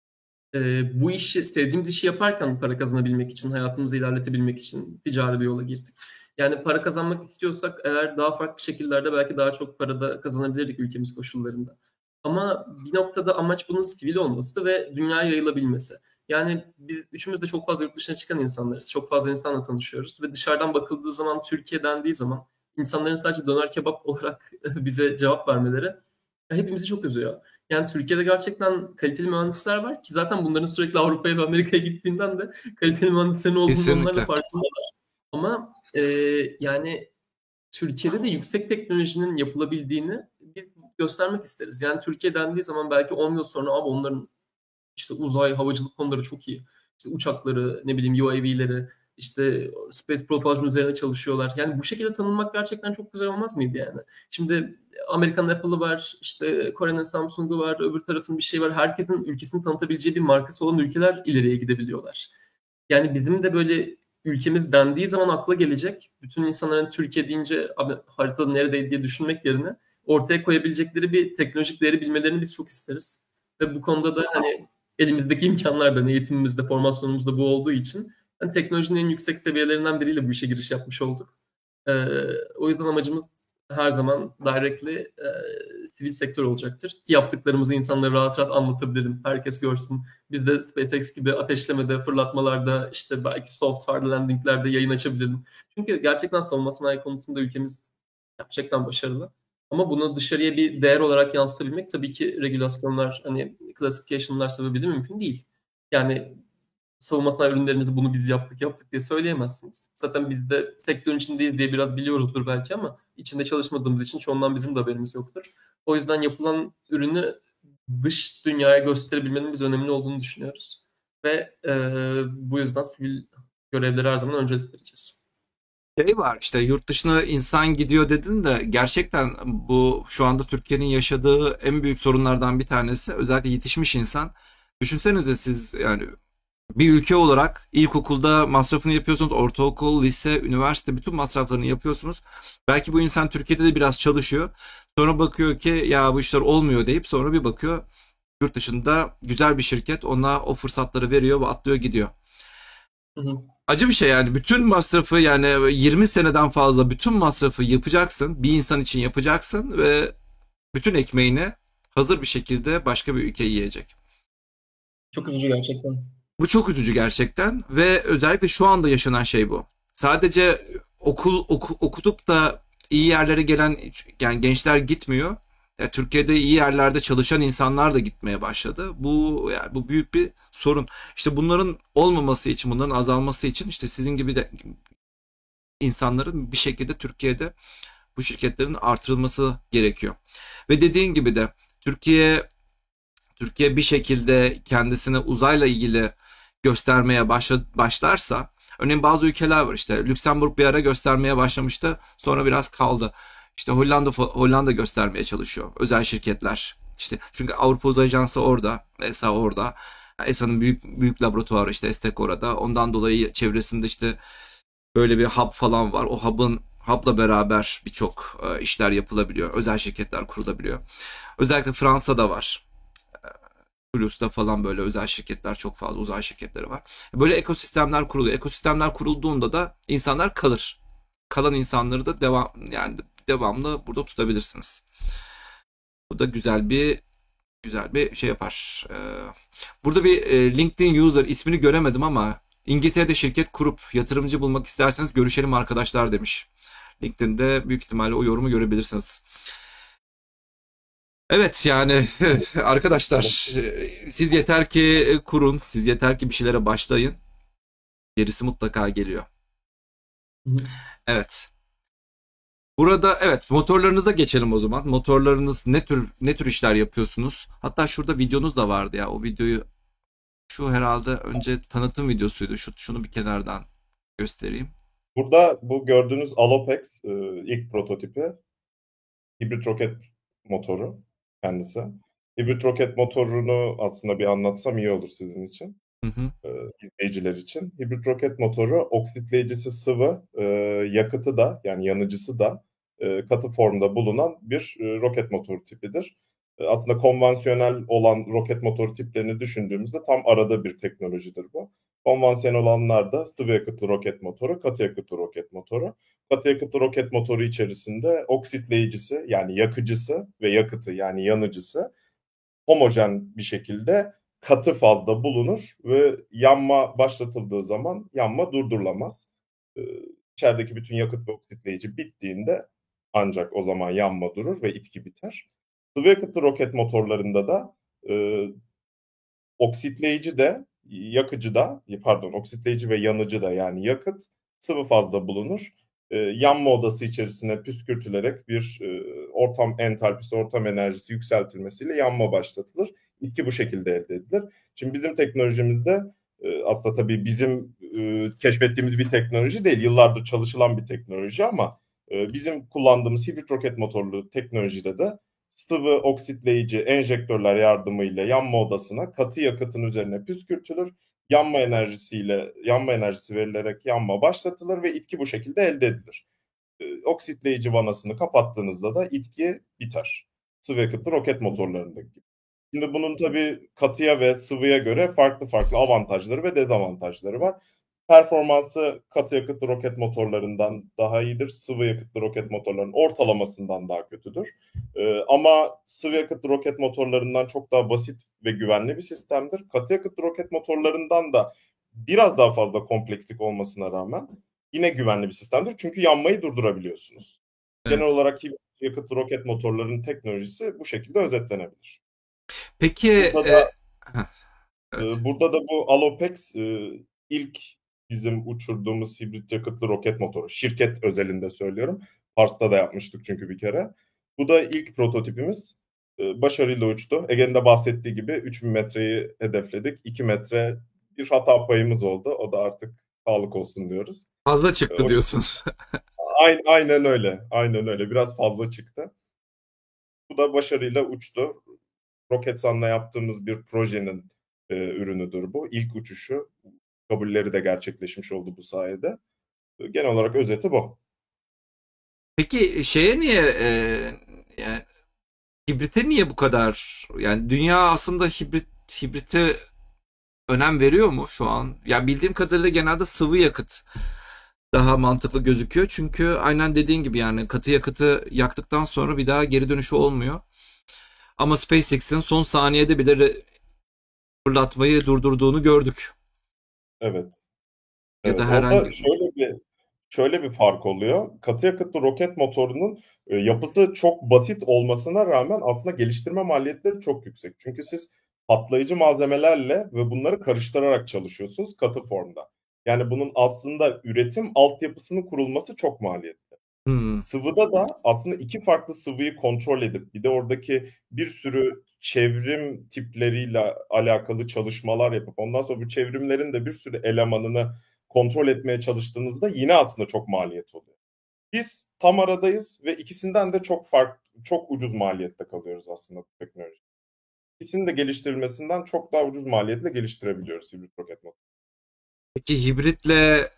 bu işi, sevdiğimiz işi yaparken para kazanabilmek için, hayatımızı ilerletebilmek için ticari bir yola girdik. Yani para kazanmak istiyorsak eğer daha farklı şekillerde belki daha çok para da kazanabilirdik ülkemiz koşullarında. Ama bir noktada amaç bunun sivil olması ve dünyaya yayılabilmesi. Yani biz üçümüz de çok fazla yurt dışına çıkan insanlarız. Çok fazla insanla tanışıyoruz ve dışarıdan bakıldığı zaman, Türkiye dendiği zaman insanların sadece döner kebap olarak bize cevap vermeleri hepimizi çok üzüyor. Yani Türkiye'de gerçekten kaliteli mühendisler var ki zaten bunların sürekli Avrupa'ya ve Amerika'ya gittiğinden de kaliteli mühendislerin olduğunu onlar da Kesinlikle. farkındalar. Ama yani Türkiye'de de yüksek teknolojinin yapılabildiğini biz göstermek isteriz. Yani Türkiye dendiği zaman belki 10 yıl sonra abi onların işte uzay havacılık konuları çok iyi. İşte uçakları, ne bileyim UAV'leri, işte Space Propulsion üzerine çalışıyorlar. Yani bu şekilde tanınmak gerçekten çok güzel olmaz mıydı yani? Şimdi Amerika'nın Apple'ı var, işte Kore'nin Samsung'u var, öbür tarafın bir şey var. Herkesin ülkesini tanıtabileceği bir markası olan ülkeler ileriye gidebiliyorlar. Yani bizim de böyle ülkemiz dendiği zaman akla gelecek. Bütün insanların Türkiye deyince abi haritada neredeydi diye düşünmek yerine ortaya koyabilecekleri bir teknolojik değeri bilmelerini biz çok isteriz. Ve bu konuda da hani elimizdeki imkanlardan, eğitimimizde, formasyonumuzda bu olduğu için hani teknolojinin en yüksek seviyelerinden biriyle bu işe giriş yapmış olduk. O yüzden amacımız her zaman directly sivil sektör olacaktır. Ki yaptıklarımızı insanlara rahat rahat anlatabilelim. Herkes görsün. Biz de SpaceX gibi ateşlemede, fırlatmalarda, işte belki soft hard landinglerde yayın açabilelim. Çünkü gerçekten savunma sanayi konusunda ülkemiz gerçekten başarılı. Ama bunu dışarıya bir değer olarak yansıtabilmek tabii ki regülasyonlar, hani classification'lar sebebiyle mümkün değil. Yani savunma sanayi ürünlerinizi bunu biz yaptık diye söyleyemezsiniz. Zaten biz de sektörün içindeyiz diye biraz biliyoruzdur belki ama içinde çalışmadığımız için çoğundan bizim de haberimiz yoktur. O yüzden yapılan ürünü dış dünyaya gösterebilmenin biz önemli olduğunu düşünüyoruz. Ve bu yüzden sivil görevlere her zaman öncelik vereceğiz. Şey var işte, yurt dışına insan gidiyor dedin de gerçekten bu şu anda Türkiye'nin yaşadığı en büyük sorunlardan bir tanesi, özellikle yetişmiş insan. Düşünsenize siz, yani bir ülke olarak ilkokulda masrafını yapıyorsunuz, ortaokul, lise, üniversite bütün masraflarını yapıyorsunuz. Belki bu insan Türkiye'de de biraz çalışıyor. Sonra bakıyor ki ya bu işler olmuyor deyip sonra bir bakıyor yurt dışında güzel bir şirket ona o fırsatları veriyor ve atlıyor gidiyor. Hı hı. Acı bir şey yani, bütün masrafı, yani 20 seneden fazla bütün masrafı yapacaksın, bir insan için yapacaksın ve bütün ekmeğini hazır bir şekilde başka bir ülke yiyecek. Çok üzücü gerçekten. Bu çok üzücü gerçekten ve özellikle şu anda yaşanan şey bu. Sadece okutup da iyi yerlere gelen yani gençler gitmiyor. Ya, Türkiye'de iyi yerlerde çalışan insanlar da gitmeye başladı. Bu büyük bir sorun. İşte bunların olmaması için, bunların azalması için işte sizin gibi de insanların bir şekilde Türkiye'de bu şirketlerin artırılması gerekiyor. Ve dediğin gibi de Türkiye bir şekilde kendisini uzayla ilgili göstermeye başlarsa, örneğin bazı ülkeler var, işte Lüksemburg bir ara göstermeye başlamıştı, sonra biraz kaldı. İşte Hollanda göstermeye çalışıyor, özel şirketler. İşte çünkü Avrupa Uzay Ajansı orada, ESA orada. ESA'nın büyük laboratuvarı işte ESTEC orada. Ondan dolayı çevresinde işte böyle bir hub falan var. O hub'la beraber birçok işler yapılabiliyor. Özel şirketler kurulabiliyor. Özellikle Fransa'da var. Toulouse'da falan böyle özel şirketler, çok fazla uzay şirketleri var. Böyle ekosistemler kuruluyor. Ekosistemler kurulduğunda da insanlar kalır. Kalan insanları da devamlı burada tutabilirsiniz. Bu da güzel bir şey yapar. Burada bir LinkedIn user, ismini göremedim ama İngiltere'de şirket kurup yatırımcı bulmak isterseniz görüşelim arkadaşlar demiş. LinkedIn'de büyük ihtimalle o yorumu görebilirsiniz. Evet yani arkadaşlar, siz yeter ki kurun, siz yeter ki bir şeylere başlayın. Gerisi mutlaka geliyor. Hı hı. Evet. Burada evet motorlarınıza geçelim o zaman. Motorlarınız ne tür işler yapıyorsunuz? Hatta şurada videonuz da vardı ya. O videoyu şu herhalde önce tanıtım videosuydu. Şunu bir kenardan göstereyim. Burada bu gördüğünüz Alopex ilk prototipi. Hibrit roket motoru kendisi. Hibrit roket motorunu aslında bir anlatsam iyi olur sizin için, Hı hı. izleyiciler için. Hibrit roket motoru oksitleyicisi sıvı, yakıtı da yani yanıcısı da katı formda bulunan bir roket motoru tipidir. Aslında konvansiyonel olan roket motoru tiplerini düşündüğümüzde tam arada bir teknolojidir bu. Konvansiyonel olanlar da sıvı yakıtlı roket motoru, katı yakıtlı roket motoru. Katı yakıtlı roket motoru içerisinde oksitleyicisi yani yakıcısı ve yakıtı yani yanıcısı homojen bir şekilde katı fazda bulunur ve yanma başlatıldığı zaman yanma durdurulamaz. İçerideki bütün yakıt ve oksitleyici bittiğinde ancak o zaman yanma durur ve itki biter. Sıvı yakıtlı roket motorlarında da oksitleyici de yakıcı da oksitleyici ve yanıcı da yani yakıt sıvı fazda bulunur. Yanma odası içerisine püskürtülerek bir ortam entalpisi, ortam enerjisi yükseltilmesiyle yanma başlatılır. İtki bu şekilde elde edilir. Şimdi bizim teknolojimizde aslında tabii bizim keşfettiğimiz bir teknoloji değil, yıllardır çalışılan bir teknoloji ama bizim kullandığımız hibrit roket motorlu teknolojide de sıvı oksitleyici enjektörler yardımıyla yanma odasına katı yakıtın üzerine püskürtülür. Yanma enerjisi verilerek yanma başlatılır ve itki bu şekilde elde edilir. Oksitleyici vanasını kapattığınızda da itki biter. Sıvı yakıtlı roket motorlarındaki gibi. Şimdi bunun tabii katıya ve sıvıya göre farklı farklı avantajları ve dezavantajları var. Performansı katı yakıtlı roket motorlarından daha iyidir. Sıvı yakıtlı roket motorlarının ortalamasından daha kötüdür. Ama sıvı yakıtlı roket motorlarından çok daha basit ve güvenli bir sistemdir. Katı yakıtlı roket motorlarından da biraz daha fazla komplekslik olmasına rağmen yine güvenli bir sistemdir. Çünkü yanmayı durdurabiliyorsunuz. Genel Evet. olarak yakıtlı roket motorlarının teknolojisi bu şekilde özetlenebilir. Peki Burada da evet. burada da bu Alopex ilk bizim uçurduğumuz hibrit yakıtlı roket motoru. Şirket özelinde söylüyorum. Pars'ta da yapmıştık çünkü bir kere. Bu da ilk prototipimiz. Başarıyla uçtu. Ege'nin de bahsettiği gibi 3000 metreyi hedefledik. 2 metre bir hata payımız oldu. O da artık sağlık olsun diyoruz. Fazla çıktı O, diyorsunuz. aynen öyle. Aynen öyle. Biraz fazla çıktı. Bu da başarıyla uçtu. Roketsan'la yaptığımız bir projenin ürünüdür bu. İlk uçuşu. Kabulleri de gerçekleşmiş oldu bu sayede. Genel olarak özeti bu. Peki şeye niye yani hibrite niye bu kadar yani dünya aslında hibrite önem veriyor mu şu an? Ya bildiğim kadarıyla genelde sıvı yakıt daha mantıklı gözüküyor. Çünkü aynen dediğin gibi yani katı yakıtı yaktıktan sonra bir daha geri dönüşü olmuyor. Ama SpaceX'in son saniyede bile fırlatmayı durdurduğunu gördük. Evet. Ya Evet. da Orada herhangi şöyle bir fark oluyor. Katı yakıtlı roket motorunun yapısı çok basit olmasına rağmen aslında geliştirme maliyetleri çok yüksek. Çünkü siz patlayıcı malzemelerle ve bunları karıştırarak çalışıyorsunuz katı formda. Yani bunun aslında üretim altyapısının kurulması çok maliyetli. Hmm, Sıvıda da aslında iki farklı sıvıyı kontrol edip bir de oradaki bir sürü çevrim tipleriyle alakalı çalışmalar yapıp ondan sonra bu çevrimlerin de bir sürü elemanını kontrol etmeye çalıştığınızda yine aslında çok maliyet oluyor. Biz tam aradayız ve ikisinden de çok ucuz maliyette kalıyoruz aslında bu teknoloji. İkisinin de geliştirilmesinden çok daha ucuz maliyetle geliştirebiliyoruz hibrit roket motoru. peki hibritle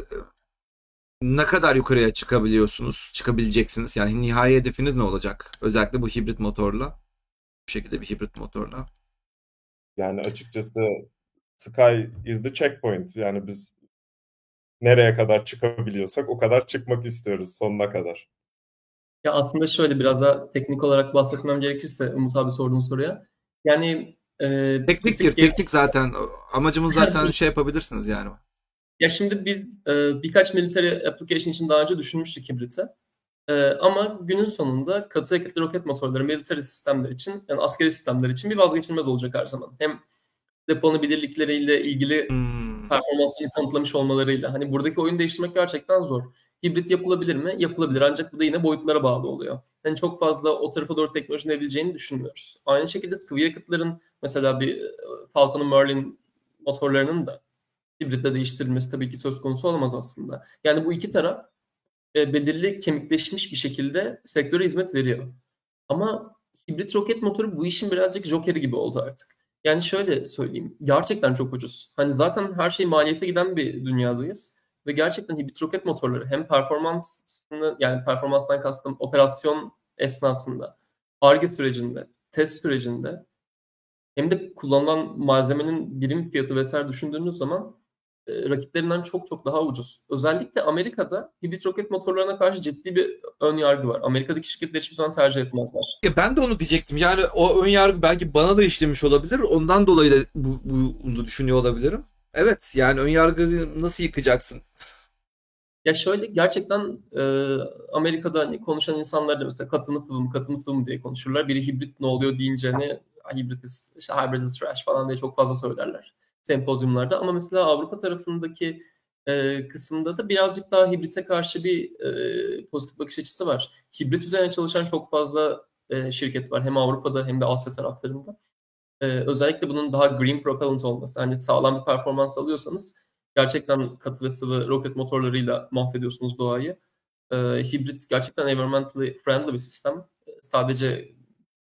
ne kadar yukarıya çıkabiliyorsunuz? Çıkabileceksiniz? Yani nihai hedefiniz ne olacak? Özellikle bu hibrit motorla. Bu şekilde bir hibrit motorla. Yani açıkçası sky is the checkpoint. Yani biz nereye kadar çıkabiliyorsak o kadar çıkmak istiyoruz sonuna kadar. Ya aslında şöyle biraz daha teknik olarak bahsetmem gerekirse Umut abi sorduğun soruya. Yani bir Tekniktir. tık geri... Teknik zaten. Amacımız zaten şey yapabilirsiniz yani. Ya şimdi biz birkaç military application için daha önce düşünmüştük hibriti. Ama günün sonunda katı yakıtlı roket motorları military sistemler için yani askeri sistemler için bir vazgeçilmez olacak her zaman. Hem depolanabilirlikleriyle ilgili Hmm. performansını kanıtlamış olmalarıyla. Hani buradaki oyunu değiştirmek gerçekten zor. Hibrit yapılabilir mi? Yapılabilir. Ancak bu da yine boyutlara bağlı oluyor. Hani çok fazla o tarafa doğru teknolojinin evrileceğini düşünmüyoruz. Aynı şekilde sıvı yakıtların mesela bir Falcon'un Merlin motorlarının da hibritle değiştirilmesi tabii ki söz konusu olamaz aslında. Yani bu iki taraf belirli kemikleşmiş bir şekilde sektöre hizmet veriyor. Ama hibrit roket motoru bu işin birazcık jokeri gibi oldu artık. Yani şöyle söyleyeyim, gerçekten çok ucuz. Hani zaten her şey maliyete giden bir dünyadayız. Ve gerçekten hibrit roket motorları hem performansını, yani performanstan kastım operasyon esnasında, Ar-Ge sürecinde, test sürecinde hem de kullanılan malzemenin birim fiyatı vesaire düşündüğünüz zaman rakiplerinden çok çok daha ucuz. Özellikle Amerika'da hibrit roket motorlarına karşı ciddi bir ön yargı var. Amerika'daki şirketler hiçbir zaman tercih etmezler. Ben de onu diyecektim. Yani o ön yargı belki bana da işlemiş olabilir. Ondan dolayı da bunu düşünüyor olabilirim. Evet, yani ön yargıyı nasıl yıkacaksın? Ya şöyle gerçekten Amerika'da hani konuşan insanlar da mesela katı mı sıvı mı diye konuşurlar. Biri hibrit ne oluyor deyince hani hybrid is trash falan diye çok fazla söylerler sempozyumlarda. Ama mesela Avrupa tarafındaki kısımda da birazcık daha hibrite karşı bir pozitif bakış açısı var. Hibrit üzerine çalışan çok fazla şirket var. Hem Avrupa'da hem de Asya taraflarında. Özellikle bunun daha green propellant olması. Yani sağlam bir performans alıyorsanız gerçekten katı ve sıvı roket motorlarıyla mahvediyorsunuz doğayı. Hibrit gerçekten environmentally friendly bir sistem. Sadece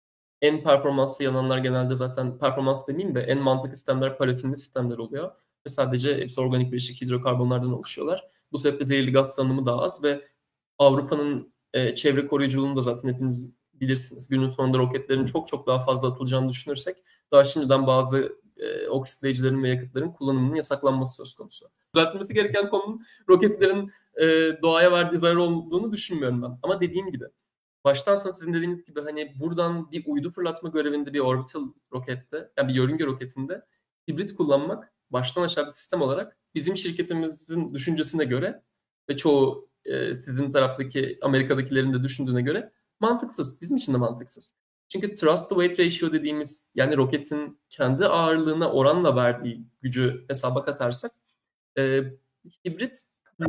en performanslı yananlar genelde zaten performans demeyeyim de en mantıklı sistemler parafinli sistemler oluyor. Ve sadece hepsi organik bileşik hidrokarbonlardan oluşuyorlar. Bu sebeple zehirli gaz salınımı daha az ve Avrupa'nın çevre koruyuculuğunu da zaten hepiniz bilirsiniz. Günün sonunda roketlerin çok çok daha fazla atılacağını düşünürsek daha şimdiden bazı oksitleyicilerin ve yakıtların kullanımının yasaklanması söz konusu. Düzeltilmesi gereken konunun roketlerin doğaya verdiği zarar olduğunu düşünmüyorum ben. Ama dediğim gibi baştan sona sizin dediğiniz gibi hani buradan bir uydu fırlatma görevinde bir orbital rokette, yani bir yörünge roketinde hibrit kullanmak baştan aşağı bir sistem olarak bizim şirketimizin düşüncesine göre ve çoğu sizin taraftaki Amerika'dakilerin de düşündüğüne göre mantıksız. Bizim için de mantıksız. Çünkü thrust to weight ratio dediğimiz yani roketin kendi ağırlığına oranla verdiği gücü hesaba katarsak e, hibrit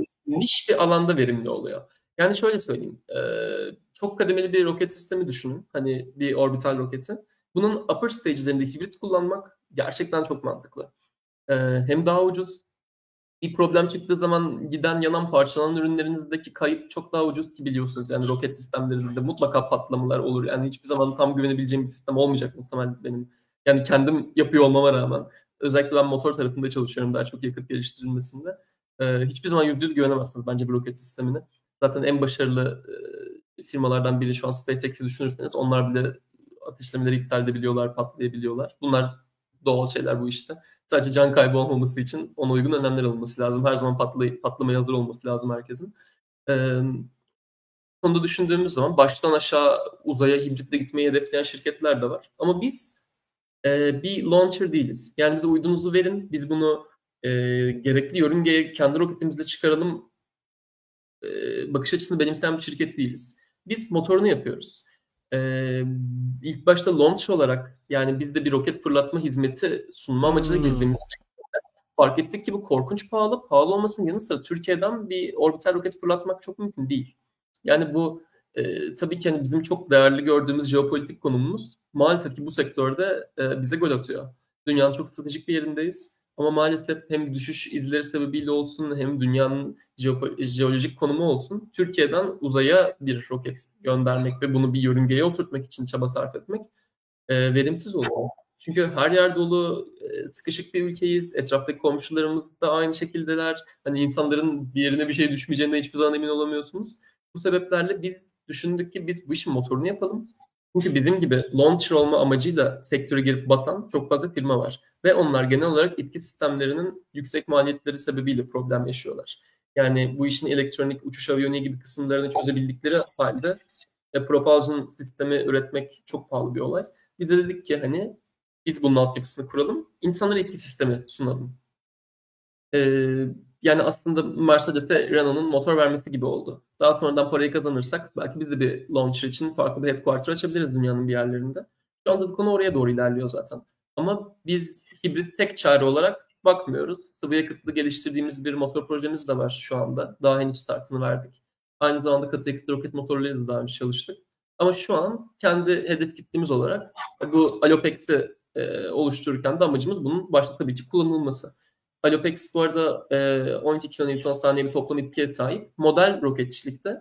niş bir alanda verimli oluyor. Yani şöyle söyleyeyim. Çok kademeli bir roket sistemi düşünün. Hani bir orbital roketi. Bunun upper stage'lerinde hibrit kullanmak gerçekten çok mantıklı. Hem daha ucuz. Bir problem çıktığı zaman giden yanan parçalanan ürünlerinizdeki kayıp çok daha ucuz ki biliyorsunuz. Yani roket sistemlerinde mutlaka patlamalar olur. Yani hiçbir zaman tam güvenebileceğim bir sistem olmayacak muhtemelen benim. Yani kendim yapıyor olmama rağmen. Özellikle ben motor tarafında çalışıyorum daha çok yakıt geliştirilmesinde. Hiçbir zaman %100 güvenemezsiniz bence bir roket sistemine. Zaten en başarılı firmalardan biri şu an SpaceX'i düşünürseniz onlar bile ateşlemeleri iptal edebiliyorlar, patlayabiliyorlar. Bunlar doğal şeyler bu işte. Sadece can kaybı olmaması için ona uygun önlemler alınması lazım. Her zaman patlamaya hazır olması lazım herkesin. Konuda düşündüğümüz zaman baştan aşağı uzaya hibritle gitmeyi hedefleyen şirketler de var. Ama biz bir launcher değiliz. Yani bize uydunuzu verin, biz bunu gerekli yörüngeye kendi roketimizle çıkaralım bakış açısını benimseyen bir şirket değiliz. Biz motorunu yapıyoruz. İlk başta launch olarak yani biz de bir roket fırlatma hizmeti sunma amacıyla girdiğimiz fark ettik ki bu korkunç pahalı. Pahalı olmasının yanı sıra Türkiye'den bir orbital roket fırlatmak çok mümkün değil. Yani bu tabii ki hani bizim çok değerli gördüğümüz jeopolitik konumumuz maalesef ki bu sektörde bize gol atıyor. Dünyanın çok stratejik bir yerindeyiz. Ama maalesef hem düşüş izleri sebebiyle olsun hem dünyanın jeolojik konumu olsun Türkiye'den uzaya bir roket göndermek ve bunu bir yörüngeye oturtmak için çaba sarf etmek verimsiz oluyor. Çünkü her yer dolu, sıkışık bir ülkeyiz. Etraftaki komşularımız da aynı şekildeler. Hani insanların bir yerine bir şey düşmeyeceğine hiçbir zaman emin olamıyorsunuz. Bu sebeplerle biz düşündük ki biz bu işin motorunu yapalım. Çünkü bizim gibi launcher olma amacıyla sektöre girip batan çok fazla firma var. Ve onlar genel olarak itki sistemlerinin yüksek maliyetleri sebebiyle problem yaşıyorlar. Yani bu işin elektronik, uçuş aviyoniği gibi kısımlarını çözebildikleri halde propulsion sistemi üretmek çok pahalı bir olay. Biz de dedik ki hani biz bunun altyapısını kuralım, insanlara etki sistemi sunalım. Yani aslında Mercedes'e Renault'un motor vermesi gibi oldu. Daha sonradan parayı kazanırsak belki biz de bir launcher için farklı bir headquarter açabiliriz dünyanın bir yerlerinde. Şu anda da konu oraya doğru ilerliyor zaten. Ama biz hibrit tek çare olarak bakmıyoruz. Sıvı yakıtlı geliştirdiğimiz bir motor projemiz de var şu anda. Daha henüz startını verdik. Aynı zamanda katı yakıtlı roket motorlarıyla da daha önce çalıştık. Ama şu an kendi hedef kitlemiz olarak bu Alopex'i oluştururken de amacımız bunun başta tabii ki kullanılması. Alopex bu arada 12 kN/s bir toplam etkiye sahip. Model roketçilikte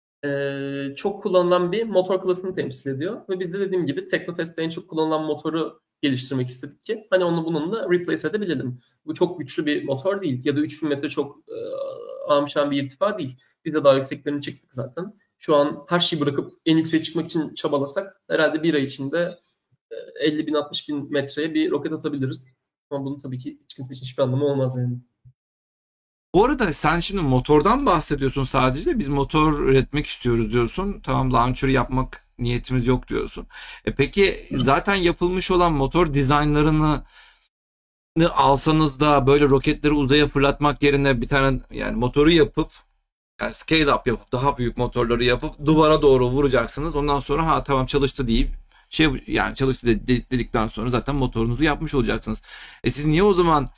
çok kullanılan bir motor klasını temsil ediyor. Ve biz de dediğim gibi Teknofest'te en çok kullanılan motoru geliştirmek istedik ki hani onu bununla replace edebilelim. Bu çok güçlü bir motor değil ya da 3000 metre çok amşan bir irtifa değil. Biz de daha yükseklerine çıktık zaten. Şu an her şeyi bırakıp en yükseğe çıkmak için çabalasak herhalde bir ay içinde 50 bin 60 bin metreye bir roket atabiliriz. Ama bunun tabii ki hiç kimse için hiçbir anlamı olmaz yani. Bu arada sen şimdi motordan bahsediyorsun sadece. Biz motor üretmek istiyoruz diyorsun. Tamam, launcher yapmak niyetimiz yok diyorsun. Peki zaten yapılmış olan motor dizaynlarını alsanız da böyle roketleri uzaya fırlatmak yerine bir tane yani motoru yapıp yani scale up yapıp daha büyük motorları yapıp duvara doğru vuracaksınız. Ondan sonra ha tamam çalıştı deyip yani çalıştı dedikten sonra zaten motorunuzu yapmış olacaksınız. Siz niye o zaman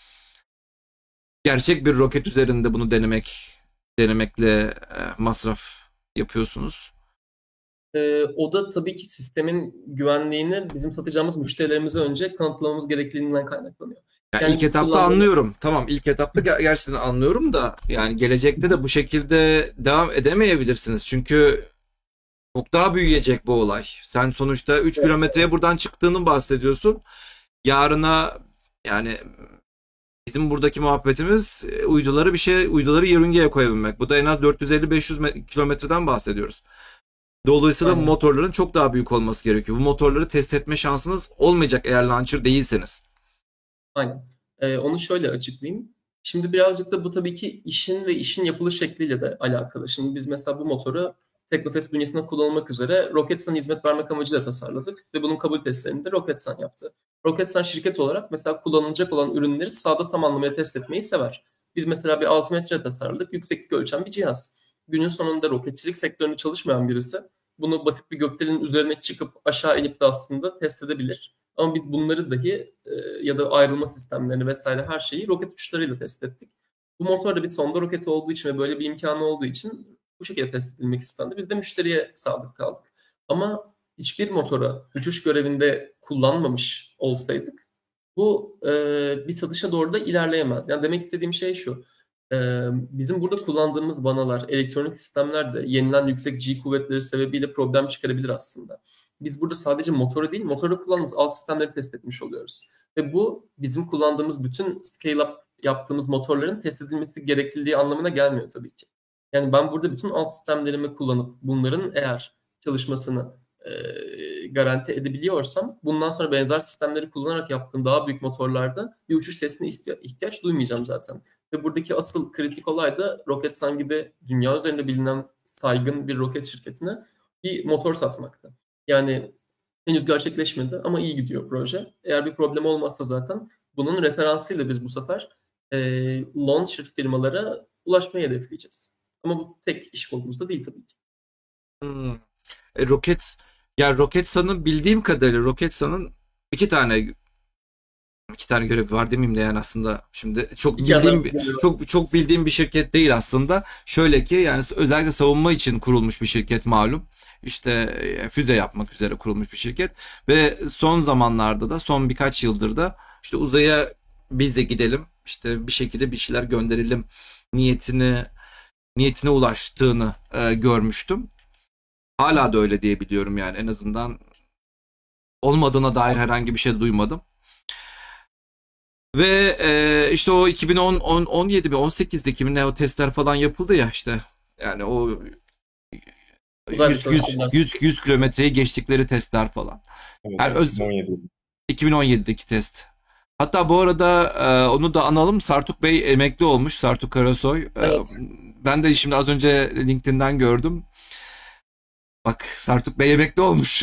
gerçek bir roket üzerinde bunu denemekle masraf yapıyorsunuz? O da tabii ki sistemin güvenliğini bizim satacağımız müşterilerimize önce kanıtlamamız gerekliliğinden kaynaklanıyor. Yani ilk etapta anlıyorum. Tamam, ilk etapta gerçekten anlıyorum da yani gelecekte de bu şekilde devam edemeyebilirsiniz. Çünkü çok daha büyüyecek bu olay. Sen sonuçta 3 kilometreye buradan çıktığını bahsediyorsun. Yarına yani bizim buradaki muhabbetimiz uyduları yörüngeye koyabilmek. Bu da en az 450-500 kilometreden bahsediyoruz. Dolayısıyla Aynen. motorların çok daha büyük olması gerekiyor. Bu motorları test etme şansınız olmayacak eğer launcher değilseniz. Aynen. Onu şöyle açıklayayım. Şimdi birazcık da bu tabii ki işin yapılış şekliyle de alakalı. Şimdi biz mesela bu motoru Teknofest bünyesinde kullanılmak üzere Roketsan'a hizmet vermek amacıyla tasarladık ve bunun kabul testlerini de Roketsan yaptı. Roketsan şirket olarak mesela kullanılacak olan ürünleri sahada tam anlamıyla test etmeyi sever. Biz mesela bir altimetre tasarladık, yükseklik ölçen bir cihaz. Günün sonunda roketçilik sektöründe çalışmayan birisi bunu basit bir gökdelenin üzerine çıkıp aşağı inip de aslında test edebilir. Ama biz bunları dahi ya da ayrılma sistemlerini vesaire her şeyi roket uçlarıyla test ettik. Bu motor da bir sonda roketi olduğu için ve böyle bir imkanı olduğu için bu şekilde test edilmek istendi. Biz de müşteriye sadık kaldık. Ama hiçbir motora uçuş görevinde kullanmamış olsaydık bu bir satışa doğru da ilerleyemez. Yani demek istediğim şey şu. Bizim burada kullandığımız vanalar, elektronik sistemler de yenilen yüksek G kuvvetleri sebebiyle problem çıkarabilir aslında. Biz burada sadece motoru değil, motoru kullandığımız alt sistemleri test etmiş oluyoruz. Ve bu bizim kullandığımız bütün scale-up yaptığımız motorların test edilmesi gerekliliği anlamına gelmiyor tabii ki. Yani ben burada bütün alt sistemlerimi kullanıp bunların eğer çalışmasını garanti edebiliyorsam bundan sonra benzer sistemleri kullanarak yaptığım daha büyük motorlarda bir uçuş testine ihtiyaç duymayacağım zaten. Ve buradaki asıl kritik olay da Roketsan gibi dünya üzerinde bilinen saygın bir roket şirketine bir motor satmakta. Yani henüz gerçekleşmedi ama iyi gidiyor proje. Eğer bir problem olmazsa zaten bunun referansıyla biz bu sefer launcher firmalara ulaşmayı hedefleyeceğiz. Ama bu tek iş kolumuzda değil tabii ki. Hmm. Roketsan'ın bildiğim kadarıyla Roketsan'ın iki tane görevi var demeyeyim de yani aslında şimdi çok bildiğim bir şirket değil aslında. Şöyle ki yani özellikle savunma için kurulmuş bir şirket malum. İşte füze yapmak üzere kurulmuş bir şirket ve son zamanlarda da son birkaç yıldır da işte uzaya biz de gidelim işte bir şekilde bir şeyler gönderelim niyetine ulaştığını görmüştüm. Hala da öyle diye biliyorum yani en azından olmadığına dair herhangi bir şey duymadım. Ve işte o 2017 mi 18'deki mi ne o testler falan yapıldı ya işte. Yani o 100 kilometreyi geçtikleri testler falan. Evet, Yani 2017. 2017'deki test. Hatta bu arada onu da analım. Sartuk Bey emekli olmuş. Sartuk Karasoy. Evet. Ben de şimdi az önce LinkedIn'den gördüm. Bak Sartuk Bey emekli olmuş.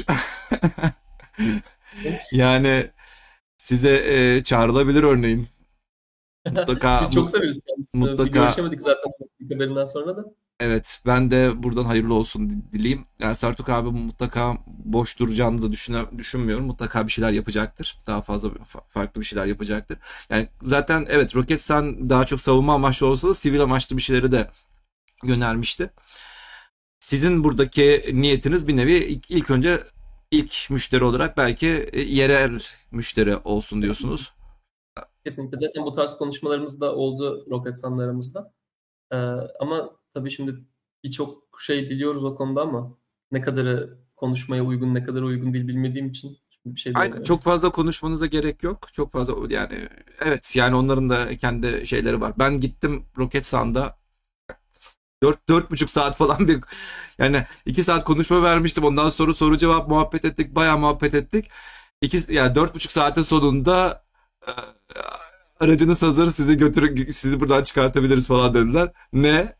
Yani size çağrılabilir örneğin. Mutlaka Biz çok severiz kendisini. mutlaka Bir görüşemedik zaten haberinden sonra da. Evet, ben de buradan hayırlı olsun dileyim. Yani Sertuk abi mutlaka boş duracağını da düşünmüyorum. Mutlaka bir şeyler yapacaktır. Daha fazla farklı bir şeyler yapacaktır. Yani zaten evet, Roketsan daha çok savunma amaçlı olsa da sivil amaçlı bir şeyleri de yönelmişti. Sizin buradaki niyetiniz bir nevi ilk önce ilk müşteri olarak belki yerel müşteri olsun diyorsunuz. Kesinlikle. Zaten bu tarz konuşmalarımız da oldu Roketsan'la aramızda. Ee, ama tabii şimdi birçok şey biliyoruz o konuda ama ne kadarı konuşmaya uygun, ne kadar uygun değil bilmediğim için şimdi bir şey Aynen, diyemiyorum. çok fazla konuşmanıza gerek yok. Çok fazla yani evet, yani onların da kendi şeyleri var. Ben gittim Roketsan'da 4,5 saat falan bir, yani 2 saat konuşma vermiştim. Ondan sonra soru cevap muhabbet ettik. Bayağı muhabbet ettik. Yani 4,5 saatin sonunda e, aracınız hazır, sizi götürün, sizi buradan çıkartabiliriz falan dediler. Ne?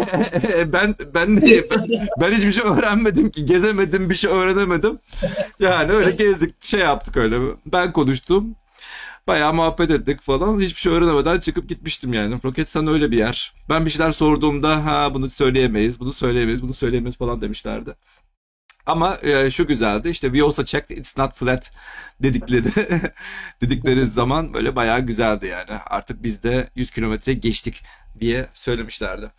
Ben hiçbir şey öğrenmedim ki, gezemedim, bir şey öğrenemedim. Yani öyle gezdik, şey yaptık öyle. Ben konuştum. Bayağı muhabbet ettik falan. Hiçbir şey öğrenemeden çıkıp gitmiştim yani. Roketsan öyle bir yer. Ben bir şeyler sorduğumda ha bunu söyleyemeyiz, bunu söyleyemeyiz, bunu söyleyemeyiz falan demişlerdi. Ama şu güzeldi, işte we also checked it's not flat dedikleri dedikleri zaman böyle bayağı güzeldi yani. Artık biz de 100 kilometre geçtik diye söylemişlerdi.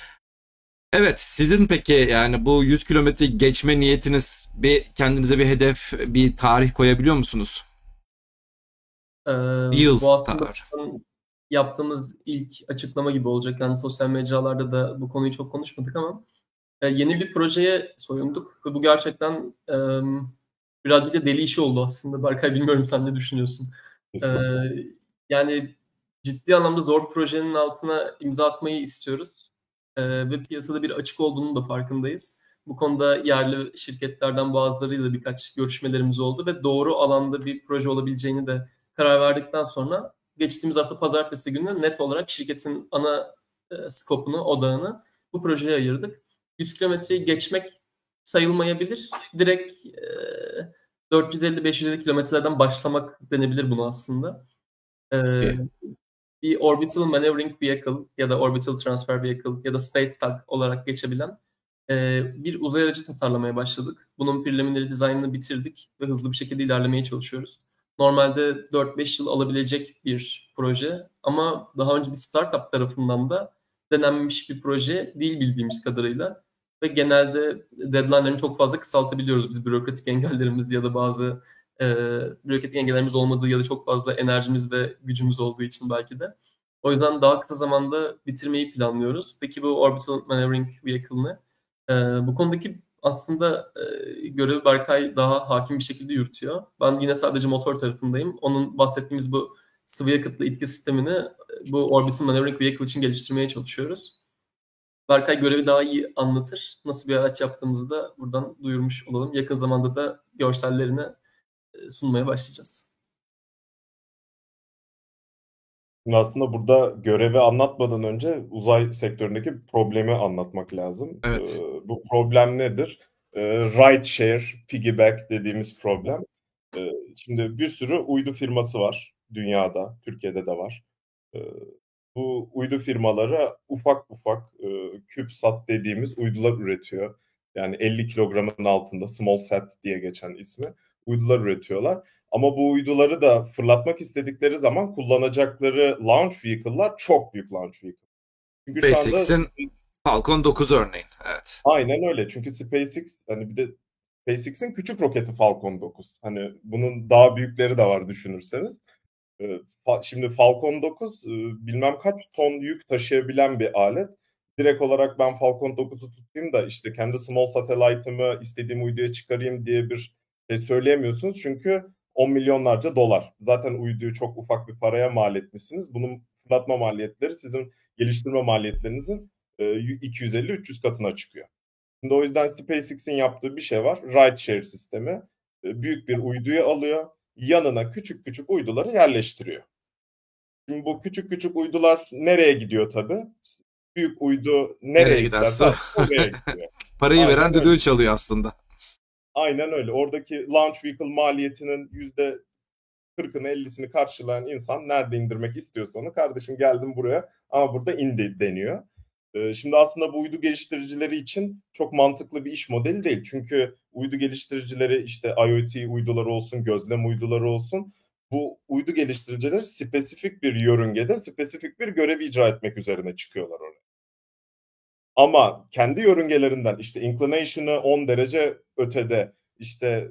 Evet, sizin peki yani bu 100 kilometre geçme niyetiniz, bir kendinize bir hedef, bir tarih koyabiliyor musunuz? Ee, Bir yıl bu aslında tarih. yaptığımız ilk açıklama gibi olacak. Yani sosyal mecralarda da bu konuyu çok konuşmadık ama yeni bir projeye soyunduk. Ve bu gerçekten birazcık da deli işi oldu aslında. Berkay, bilmiyorum sen ne düşünüyorsun? E, Kesinlikle. yani ciddi anlamda zor bir projenin altına imza atmayı istiyoruz. Ve piyasada bir açık olduğunun da farkındayız. Bu konuda yerli şirketlerden bazılarıyla birkaç görüşmelerimiz oldu ve doğru alanda bir proje olabileceğini de karar verdikten sonra geçtiğimiz hafta pazartesi günü net olarak şirketin ana skopunu, odağını bu projeye ayırdık. 100 kilometreyi geçmek sayılmayabilir. Direkt 450-550 kilometrelerden başlamak denebilir bunu aslında. E, Peki. bir Orbital Maneuvering Vehicle ya da Orbital Transfer Vehicle ya da Space Tug olarak geçebilen bir uzay aracı tasarlamaya başladık. Bunun preliminary dizaynını bitirdik ve hızlı bir şekilde ilerlemeye çalışıyoruz. Normalde 4-5 yıl alabilecek bir proje ama daha önce bir startup tarafından da denenmiş bir proje değil bildiğimiz kadarıyla. Ve genelde deadline'lerini çok fazla kısaltabiliyoruz biz, bürokratik engellerimiz ya da bazı e, bürokratik engellerimiz olmadığı ya da çok fazla enerjimiz ve gücümüz olduğu için belki de. O yüzden daha kısa zamanda bitirmeyi planlıyoruz. Peki bu Orbital Maneuvering Vehicle'ını bu konudaki aslında görevi Berkay daha hakim bir şekilde yürütüyor. Ben yine sadece motor tarafındayım. Onun bahsettiğimiz bu sıvı yakıtlı itki sistemini bu Orbital Maneuvering Vehicle için geliştirmeye çalışıyoruz. Berkay görevi daha iyi anlatır. Nasıl bir araç yaptığımızı da buradan duyurmuş olalım. Yakın zamanda da görsellerini sunmaya başlayacağız. Şimdi aslında burada görevi anlatmadan önce uzay sektöründeki problemi anlatmak lazım. Evet. Bu problem nedir? Ride share, piggyback dediğimiz problem. Şimdi bir sürü uydu firması var dünyada, Türkiye'de de var. Ee, Bu uydu firmaları ufak ufak CubeSat dediğimiz uydular üretiyor. Yani 50 kilogramın altında small sat diye geçen ismi uydular üretiyorlar. Ama bu uyduları da fırlatmak istedikleri zaman kullanacakları launch vehicle'lar çok büyük launch vehicle. Çünkü şu anda SpaceX'in Falcon 9 örneğin. Evet. aynen öyle. Çünkü SpaceX, hani bir de SpaceX'in küçük roketi Falcon 9. Hani bunun daha büyükleri de var düşünürseniz. Şimdi Falcon 9 bilmem kaç ton yük taşıyabilen bir alet. Direkt olarak ben Falcon 9'u tutayım da işte kendi small satellite'ımı istediğim uyduya çıkarayım diye bir şey söyleyemiyorsunuz. Çünkü 10 milyonlarca dolar. Zaten uyduyu çok ufak bir paraya mal etmişsiniz. Bunun fırlatma maliyetleri sizin geliştirme maliyetlerinizin 250-300 katına çıkıyor. Şimdi o yüzden SpaceX'in yaptığı bir şey var. Rideshare sistemi. Büyük bir uyduyu alıyor. Yanına küçük küçük uyduları yerleştiriyor. Şimdi bu küçük küçük uydular nereye gidiyor tabii? Büyük uydu nereye Nereye isterse giderse aslında oraya gidiyor. parayı veren Aynen öyle. düdüğü çalıyor aslında. Aynen öyle. Oradaki launch vehicle maliyetinin %40'ını 50'sini karşılayan insan nerede indirmek istiyorsa onu, kardeşim geldim buraya ama burada indi deniyor. Şimdi aslında bu uydu geliştiricileri için çok mantıklı bir iş modeli değil. Çünkü uydu geliştiricileri işte IoT uyduları olsun, gözlem uyduları olsun, bu uydu geliştiricileri spesifik bir yörüngede spesifik bir görevi icra etmek üzerine çıkıyorlar oraya. Ama kendi yörüngelerinden işte inclination'ı 10 derece ötede, işte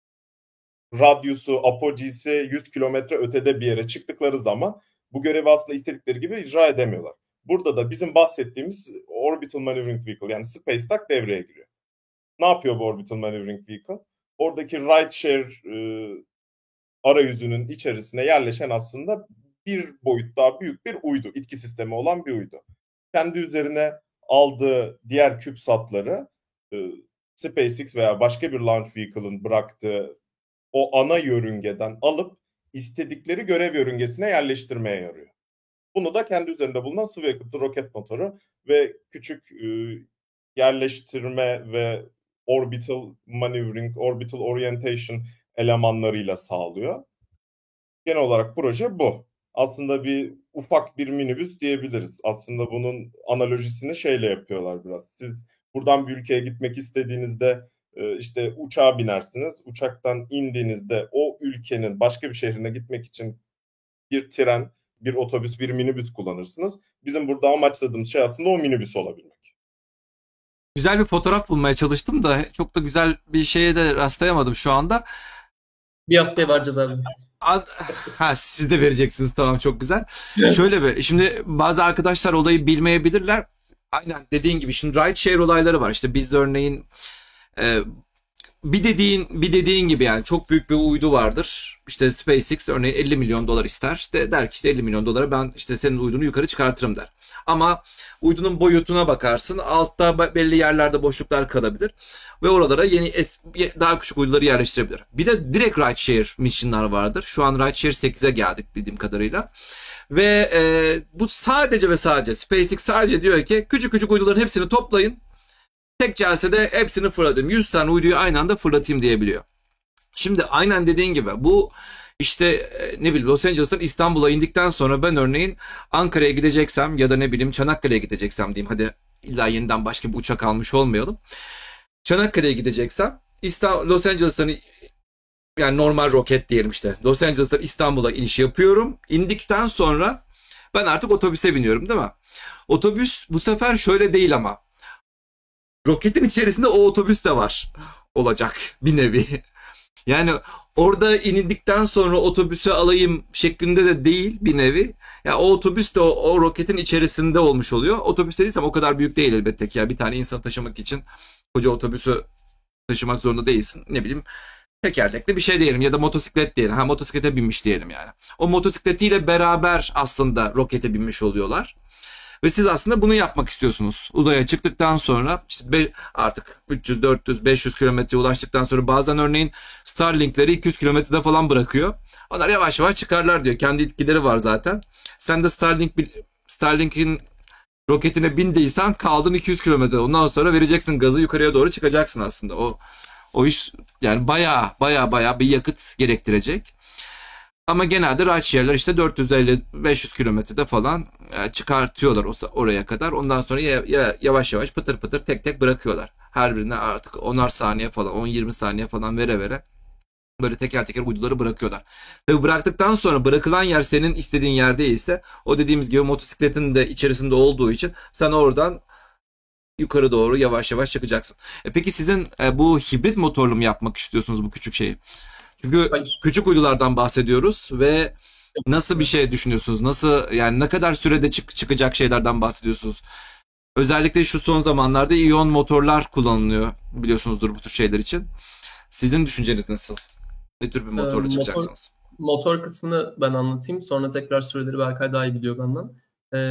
radyusu, apogisi 100 kilometre ötede bir yere çıktıkları zaman bu görevi aslında istedikleri gibi icra edemiyorlar. Burada da bizim bahsettiğimiz Orbital Maneuvering Vehicle yani SpaceTac devreye giriyor. Ne yapıyor bu Orbital Maneuvering Vehicle? Oradaki rideshare arayüzünün içerisine yerleşen aslında bir boyut daha büyük bir uydu, itki sistemi olan bir uydu. Kendi üzerine aldığı diğer CubeSat'ları SpaceX veya başka bir launch vehicle'ın bıraktığı o ana yörüngeden alıp istedikleri görev yörüngesine yerleştirmeye yarıyor. Bunu da kendi üzerinde bulunan sıvı yakıtlı roket motoru ve küçük yerleştirme ve orbital maneuvering, orbital orientation elemanlarıyla sağlıyor. Genel olarak proje bu. Aslında bir ufak bir minibüs diyebiliriz. Aslında bunun analojisini şeyle yapıyorlar biraz. Siz buradan bir ülkeye gitmek istediğinizde işte uçağa binersiniz. Uçaktan indiğinizde o ülkenin başka bir şehrine gitmek için bir tren, bir otobüs, bir minibüs kullanırsınız. Bizim burada amaçladığımız şey aslında o minibüs olabilmek. Güzel bir fotoğraf bulmaya çalıştım da çok da güzel bir şeye de rastlayamadım şu anda. Bir haftaya varacağız abi. Ha, siz de vereceksiniz, tamam, çok güzel. Şöyle bir, şimdi bazı arkadaşlar olayı bilmeyebilirler. Aynen dediğin gibi şimdi rideshare olayları var. İşte biz örneğin e, bir dediğin gibi yani çok büyük bir uydu vardır. İşte SpaceX örneğin 50 milyon dolar ister. Der ki işte 50 milyon dolara ben işte senin uydunu yukarı çıkartırım der. Ama uydunun boyutuna bakarsın. Altta belli yerlerde boşluklar kalabilir. Ve oralara daha küçük uyduları yerleştirebilir. Bir de direkt rideshare mission'lar vardır. Şu an rideshare 8'e geldik bildiğim kadarıyla. Ve bu sadece ve sadece SpaceX sadece diyor ki küçük küçük uyduların hepsini toplayın. Tek celsede hepsini fırlatayım. 100 tane uyduyu aynı anda fırlatayım diyebiliyor. Şimdi aynen dediğin gibi bu işte ne bileyim Los Angeles'tan İstanbul'a indikten sonra ben örneğin Ankara'ya gideceksem ya da ne bileyim Çanakkale'ye gideceksem diyeyim, hadi illa yeniden başka bir uçak almış olmayalım. Çanakkale'ye gideceksem Los Angeles'tan yani normal roket diyelim işte Los Angeles'tan İstanbul'a iniş yapıyorum. İndikten sonra ben artık otobüse biniyorum değil mi? Otobüs bu sefer şöyle değil ama roketin içerisinde o otobüs de var olacak bir nevi. Yani orada inildikten sonra otobüse alayım şeklinde de değil bir nevi. Ya o otobüs de o roketin içerisinde olmuş oluyor. Otobüs dediysem o kadar büyük değil elbette ki. Yani bir tane insan taşımak için koca otobüsü taşımak zorunda değilsin. Ne bileyim tekerlekli bir şey diyelim ya da motosiklet diyelim. Ha, motosiklete binmiş diyelim yani. O motosikletiyle beraber aslında rokete binmiş oluyorlar. Ve siz aslında bunu yapmak istiyorsunuz. Uzaya çıktıktan sonra işte artık 300, 400, 500 kilometre ulaştıktan sonra bazen örneğin Starlink'leri 200 kilometrede falan bırakıyor. Onlar yavaş yavaş çıkarlar diyor. Kendi etkileri var zaten. Sen de Starlink'in roketine bindiysen kaldın 200 kilometre. Ondan sonra vereceksin gazı, yukarıya doğru çıkacaksın aslında. O iş yani baya bir yakıt gerektirecek. Ama genelde rideshare'ler işte 450-500 kilometrede falan çıkartıyorlar oraya kadar. Ondan sonra yavaş yavaş pıtır pıtır tek tek bırakıyorlar. Her birine artık 10'ar saniye falan 10-20 saniye falan vere böyle teker teker uyduları bırakıyorlar. Tabi bıraktıktan sonra bırakılan yer senin istediğin yer değilse o dediğimiz gibi motosikletin de içerisinde olduğu için sen oradan yukarı doğru yavaş yavaş çıkacaksın. Peki sizin bu hibrit motorlu mu yapmak istiyorsunuz bu küçük şeyi? Çünkü Hayır. küçük uydulardan bahsediyoruz ve nasıl bir şey düşünüyorsunuz? Nasıl yani ne kadar sürede çıkacak şeylerden bahsediyorsunuz? Özellikle şu son zamanlarda iyon motorlar kullanılıyor biliyorsunuzdur bu tür şeyler için. Sizin düşünceniz nasıl? Ne tür bir motorla çıkacaksınız? Motor kısmını ben anlatayım. Sonra tekrar süreleri Berkay daha iyi biliyor benden.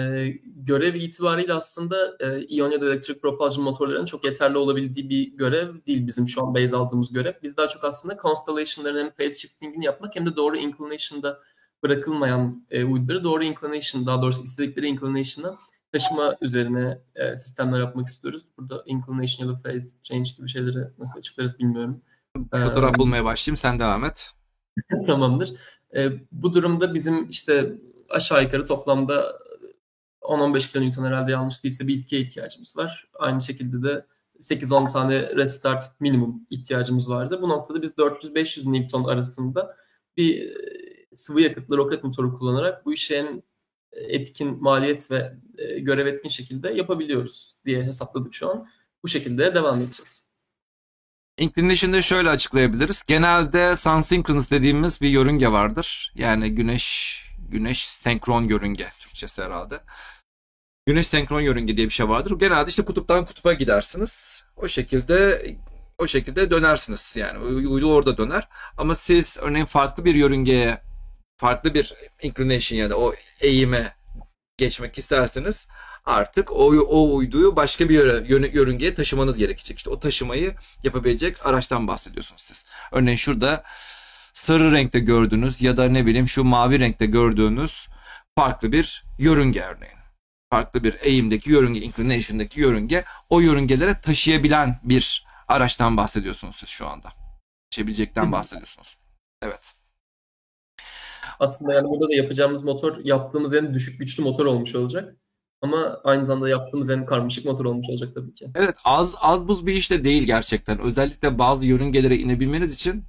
Görev itibariyle aslında iyon ya da elektrik propulsion motorlarının çok yeterli olabildiği bir görev değil bizim şu an base aldığımız görev. Biz daha çok aslında constellation'ların hem phase shifting'ini yapmak hem de doğru inclination'da bırakılmayan uyduları doğru inclination, daha doğrusu istedikleri inclination'a taşıma üzerine sistemler yapmak istiyoruz. Burada inclination ya da phase change gibi şeyleri nasıl açıklarız bilmiyorum. Fotoğraf bulmaya başlayayım, sen devam et. Tamamdır. Bu durumda bizim işte aşağı yukarı toplamda 10-15 kilonewton herhalde yanlış değilse bir itkiye ihtiyacımız var. Aynı şekilde de 8-10 tane restart minimum ihtiyacımız vardı. Bu noktada biz 400-500 Newton arasında bir sıvı yakıtlı roket motoru kullanarak bu işi en etkin maliyet ve görev etkin şekilde yapabiliyoruz diye hesapladık şu an. Bu şekilde devam edeceğiz. Inclination'da şöyle açıklayabiliriz. Genelde sun synchronous dediğimiz bir yörünge vardır. Yani güneş senkron yörünge Türkçesi herhalde. Güneş senkron yörünge diye bir şey vardır. Genelde işte kutuptan kutupa gidersiniz. O şekilde dönersiniz. Yani uydu orada döner. Ama siz örneğin farklı bir yörüngeye, farklı bir inclination ya da o eğime geçmek isterseniz artık o uyduyu başka bir yörüngeye taşımanız gerekecek. İşte o taşımayı yapabilecek araçtan bahsediyorsunuz siz. Örneğin şurada sarı renkte gördüğünüz ya da ne bileyim şu mavi renkte gördüğünüz farklı bir yörünge örneğin. Farklı bir eğimdeki yörünge, inclination'daki yörünge, o yörüngelere taşıyabilen bir araçtan bahsediyorsunuz siz şu anda. Taşıyabilecekten bahsediyorsunuz. Evet. Aslında yani burada da yapacağımız motor yaptığımız en düşük güçlü motor olmuş olacak. Ama aynı zamanda yaptığımız en karmaşık motor olmuş olacak tabii ki. Evet, az buz bir iş de değil gerçekten. Özellikle bazı yörüngelere inebilmeniz için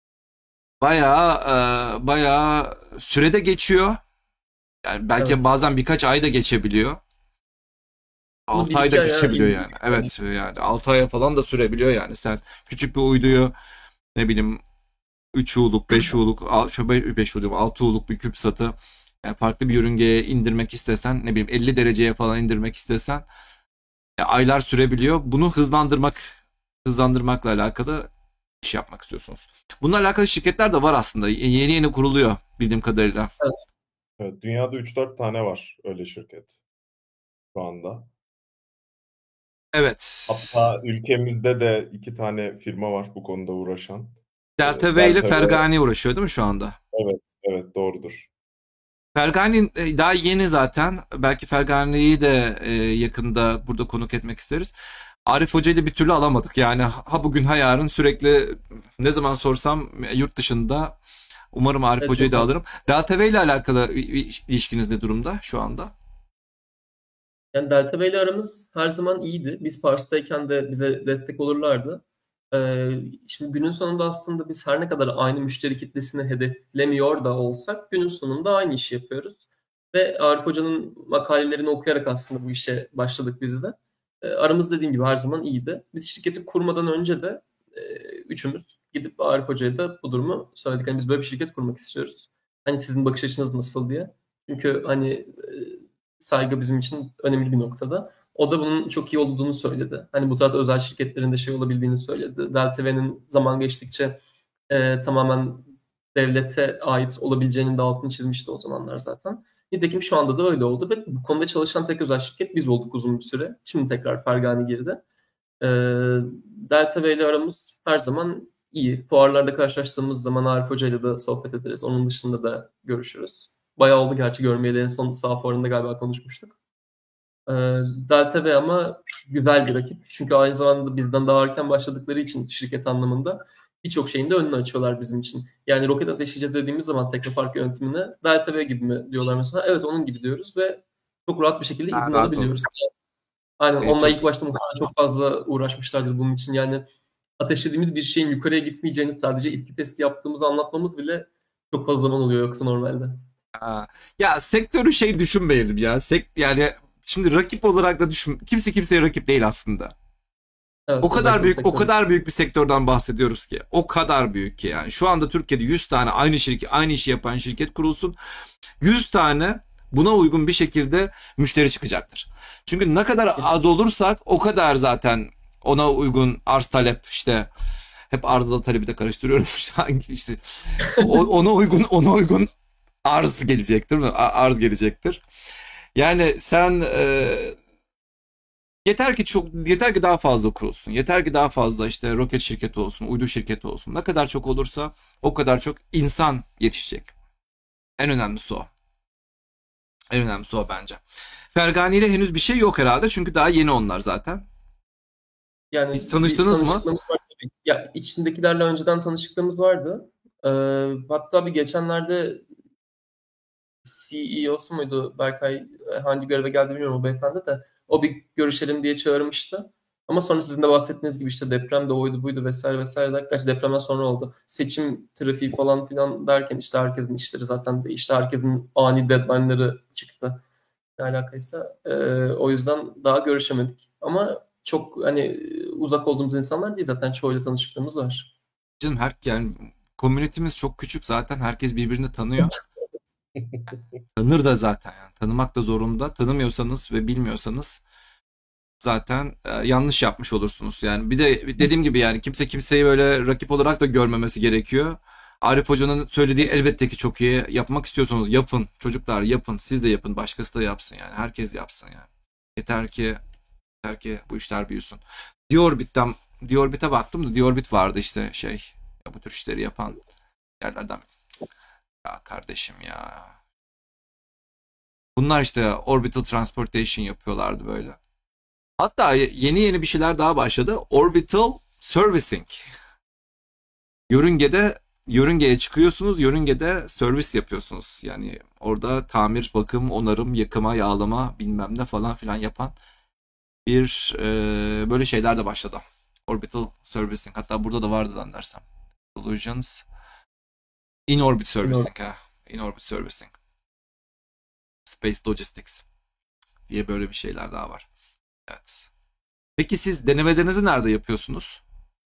bayağı sürede geçiyor. Yani belki Evet. bazen birkaç ay da geçebiliyor. 6 Bir ay da iki aya geçebiliyor indi. yani. Evet, yani 6 aya falan da sürebiliyor yani. Sen küçük bir uyduyu ne bileyim 3 U'luk, 5 U'luk, 5 U diyorum, 6 U'luk bir küpsatı yani farklı bir yörüngeye indirmek istesen, ne bileyim 50 dereceye falan indirmek istesen aylar sürebiliyor. Bunu hızlandırmakla alakalı iş yapmak istiyorsunuz. Bununla alakalı şirketler de var aslında. Yeni kuruluyor bildiğim kadarıyla. Evet, dünyada 3-4 tane var öyle şirket şu anda. Evet. Hatta ülkemizde de 2 tane firma var bu konuda uğraşan. Delta V ile Delta V. Fergani uğraşıyor değil mi şu anda? Evet doğrudur. Fergani daha yeni zaten. Belki Fergani'yi de yakında burada konuk etmek isteriz. Arif Hoca'yı da bir türlü alamadık. Yani ha bugün ha yarın sürekli ne zaman sorsam yurt dışında. Umarım Arif Evet, Hoca'yı çok da alırım. Delta V ile alakalı ilişkiniz ne durumda şu anda? Yani Delta V ile aramız her zaman iyiydi. Biz Pars'tayken de bize destek olurlardı. Şimdi günün sonunda aslında biz her ne kadar aynı müşteri kitlesini hedeflemiyor da olsak günün sonunda aynı işi yapıyoruz. Ve Arif Hoca'nın makalelerini okuyarak aslında bu işe başladık biz de. Aramız dediğim gibi her zaman iyiydi. Biz şirketi kurmadan önce de üçümüz gidip Arif Hoca'ya da bu durumu söyledik. Hani biz böyle bir şirket kurmak istiyoruz. Hani sizin bakış açınız nasıl diye. Çünkü hani saygı bizim için önemli bir noktada. O da bunun çok iyi olduğunu söyledi. Hani bu tarz özel şirketlerin de şey olabildiğini söyledi. Delta V'nin zaman geçtikçe tamamen devlete ait olabileceğinin de altını çizmişti o zamanlar zaten. Nitekim şu anda da öyle oldu ve bu konuda çalışan tek özel şirket biz olduk uzun bir süre. Şimdi tekrar Fergani girdi. E, Delta V ile aramız her zaman iyi. Fuarlarda karşılaştığımız zaman Arif Hoca ile de sohbet ederiz. Onun dışında da görüşürüz. Bayağı oldu gerçi görmeyeli, en son sağ fuarında galiba konuşmuştuk. Ee, Delta V ama güzel bir rakip. Çünkü aynı zamanda bizden daha erken başladıkları için şirket anlamında birçok şeyin de önünü açıyorlar bizim için. Yani roket ateşleyeceğiz dediğimiz zaman Teknopark yönetimine Delta V gibi mi diyorlar mesela. Evet onun gibi diyoruz ve çok rahat bir şekilde izin Rahat olun. alabiliyoruz. Aynen Evet, onlar çok ilk başta muhtemelen çok fazla uğraşmışlardır bunun için. Yani ateşlediğimiz bir şeyin yukarıya gitmeyeceğini sadece itki testi yaptığımızı anlatmamız bile çok fazla zaman oluyor yoksa normalde. ya sektörü şey düşünmeyelim ya. Yani şimdi rakip olarak da düşün. Kimse kimseye rakip değil aslında. Evet, O kadar özellikle bu büyük, o sektörde. kadar büyük bir sektörden bahsediyoruz ki. O kadar büyük ki yani. Şu anda Türkiye'de 100 tane aynı işi yapan şirket kurulsun. 100 tane buna uygun bir şekilde müşteri çıkacaktır. Çünkü ne kadar az olursak o kadar zaten ona uygun arz talep işte hep arzla talebi de karıştırıyorum işte ona uygun arz gelecektir mi? Arz gelecektir. Yani sen yeter ki daha fazla kurulsun. Yeter ki daha fazla işte roket şirketi olsun, uydu şirketi olsun. Ne kadar çok olursa o kadar çok insan yetişecek. En önemlisi o. En önemlisi o bence. Fergani ile henüz bir şey yok herhalde çünkü daha yeni onlar zaten. Yani Hiç tanıştınız mı? tanışıklığımız var tabii. Ya içindekilerle önceden tanışıklığımız vardı. Hatta bir geçenlerde CEO'su muydu Berkay, hangi göreve geldi bilmiyorum o beyefendi de, o bir görüşelim diye çağırmıştı. Ama sonra sizin de bahsettiğiniz gibi işte deprem de oydu buydu vesaire vesaire. Gerçi depremden sonra oldu. Seçim trafiği falan filan derken işte herkesin işleri zaten değişti. Herkesin ani deadline'ları çıktı. Ne alakaysa. O yüzden daha görüşemedik. Ama çok hani uzak olduğumuz insanlar değil, zaten çoğuyla tanışıklığımız var. Canım yani komünitemiz çok küçük zaten, herkes birbirini tanıyor. Tanır da zaten, yani tanımak da zorunda. Tanımıyorsanız ve bilmiyorsanız zaten yanlış yapmış olursunuz. Yani bir de dediğim gibi yani kimse kimseyi böyle rakip olarak da görmemesi gerekiyor. Arif Hoca'nın söylediği elbette ki çok iyi. Yapmak istiyorsanız yapın. Çocuklar yapın. Siz de yapın. Başkası da yapsın yani. Herkes yapsın yani. Yeter ki bu işler büyüsün. Diorbit'e baktım da Diorbit vardı işte ya bu tür işleri yapan yerlerden. Ya kardeşim ya. Bunlar işte orbital transportation yapıyorlardı böyle. Hatta yeni bir şeyler daha başladı. Orbital servicing. Yörüngeye çıkıyorsunuz, yörüngede servis yapıyorsunuz. Yani orada tamir, bakım, onarım, yakıma, yağlama bilmem ne falan filan yapan bir böyle şeyler de başladı. Orbital servicing. Hatta burada da vardı zannedersem. Solutions. In-orbit servicing. In-orbit servicing. Space logistics diye böyle bir şeyler daha var. Evet. Peki siz denemelerinizi nerede yapıyorsunuz?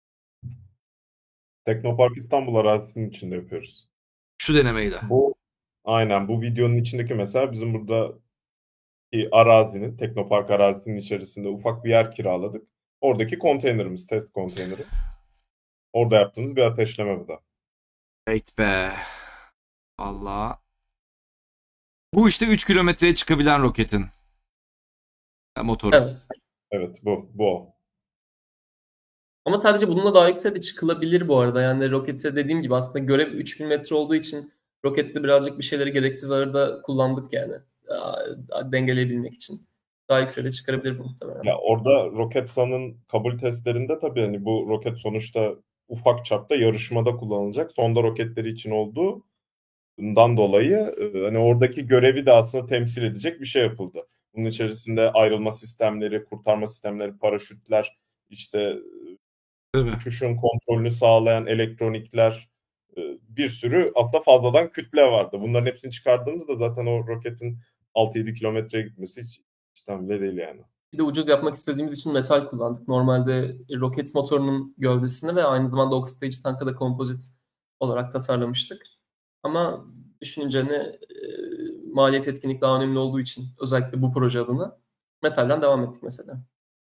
Teknopark İstanbul arazisinin içinde yapıyoruz. Şu denemeyi de. Aynen bu videonun içindeki mesela bizim burada arazinin, Teknopark arazisinin içerisinde ufak bir yer kiraladık. Oradaki konteynerimiz, test konteyneri. Orada yaptığımız bir ateşleme bu da. Evet be. Vallahi. Bu işte 3 kilometreye çıkabilen roketin motoru. Evet. Evet bu o. Ama sadece bununla daha yükseğe de çıkılabilir bu arada. Yani rokete dediğim gibi aslında görev 3000 metre olduğu için rokette birazcık bir şeyleri gereksiz arada kullandık yani. Dengeleyebilmek için. Daha yükseğe de çıkarabilir bu muhtemelen. Ya orada Roketsan'ın kabul testlerinde tabii hani bu roket sonuçta ufak çapta yarışmada kullanılacak. Sonda roketleri için olduğundan dolayı hani oradaki görevi de aslında temsil edecek bir şey yapıldı. Bunun içerisinde ayrılma sistemleri, kurtarma sistemleri, paraşütler, işte uçuşun kontrolünü sağlayan elektronikler, bir sürü aslında fazladan kütle vardı. Bunların hepsini çıkardığımızda zaten o roketin 6-7 kilometreye gitmesi hiç işten bile değil yani. Bir de ucuz yapmak istediğimiz için metal kullandık. Normalde roket motorunun gövdesini ve aynı zamanda oxygen tankı da kompozit olarak tasarlamıştık. Ama düşününce ne maliyet etkinlik daha önemli olduğu için özellikle bu proje adına metalden devam ettik mesela.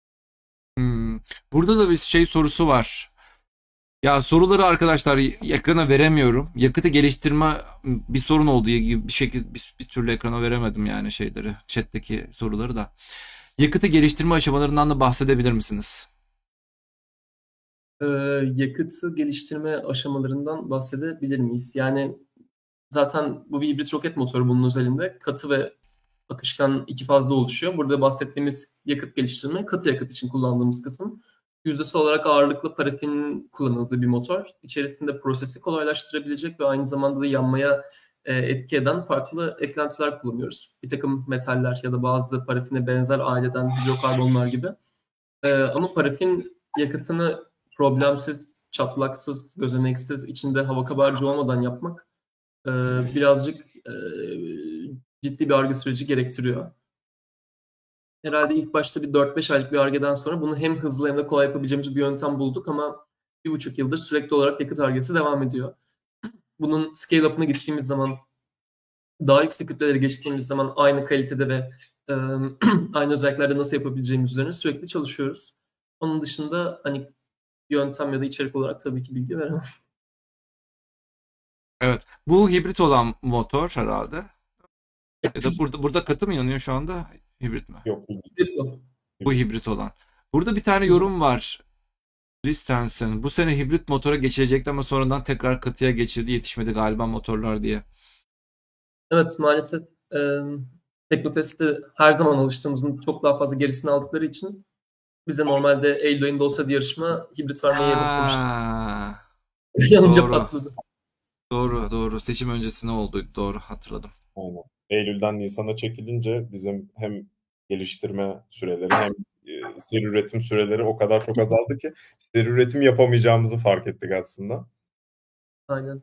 Burada da bir sorusu var. Ya soruları arkadaşlar ekrana veremiyorum. Yakıtı geliştirme bir sorun olduğu gibi bir şekilde bir türlü ekrana veremedim yani şeyleri. Chat'teki soruları da. Yakıtı geliştirme aşamalarından da bahsedebilir misiniz? Yakıtı geliştirme aşamalarından bahsedebilir miyiz? Yani zaten bu bir hibrit roket motoru bunun özelinde. Katı ve akışkan iki fazda oluşuyor. Burada bahsettiğimiz yakıt geliştirme katı yakıt için kullandığımız kısım. Yüzdesi olarak ağırlıklı parafinin kullanıldığı bir motor. İçerisinde prosesi kolaylaştırabilecek ve aynı zamanda da yanmaya etki eden farklı eklentiler kullanıyoruz. Bir takım metaller ya da bazı parafine benzer aileden hidrokarbonlar gibi. Ama parafin yakıtını problemsiz, çatlaksız, gözeneksiz, içinde hava kabarcığı olmadan yapmak birazcık ciddi bir arge süreci gerektiriyor. Herhalde ilk başta bir 4-5 aylık bir argeden sonra bunu hem hızlı hem de kolay yapabileceğimiz bir yöntem bulduk ama 1,5 yıldır sürekli olarak yakıt argesi devam ediyor. Bunun scale-up'ına gittiğimiz zaman, daha yüksek kütleleri geçtiğimiz zaman aynı kalitede ve aynı özelliklerde nasıl yapabileceğimiz üzerine sürekli çalışıyoruz. Onun dışında hani yöntem ya da içerik olarak tabii ki bilgi veremem. Evet. Bu hibrit olan motor herhalde. Ya da burada katı mı yanıyor şu anda? Hibrit mi? Yok. Bu hibrit olan. Burada bir tane yorum var. Christensen. Bu sene hibrit motora geçilecekti ama sonradan tekrar katıya geçildi. Yetişmedi galiba motorlar diye. Evet, maalesef Teknofest'te her zaman alıştığımızın çok daha fazla gerisini aldıkları için bize normalde Eylül ayında olsa bir yarışma hibrit vermeye bakılmıştı. Yanınca Doğru. patladı. Doğru. Seçim öncesine oldu. Doğru, hatırladım. Aynen. Eylül'den Nisan'a çekilince bizim hem geliştirme süreleri hem seri üretim süreleri o kadar çok azaldı ki seri üretim yapamayacağımızı fark ettik aslında. Aynen.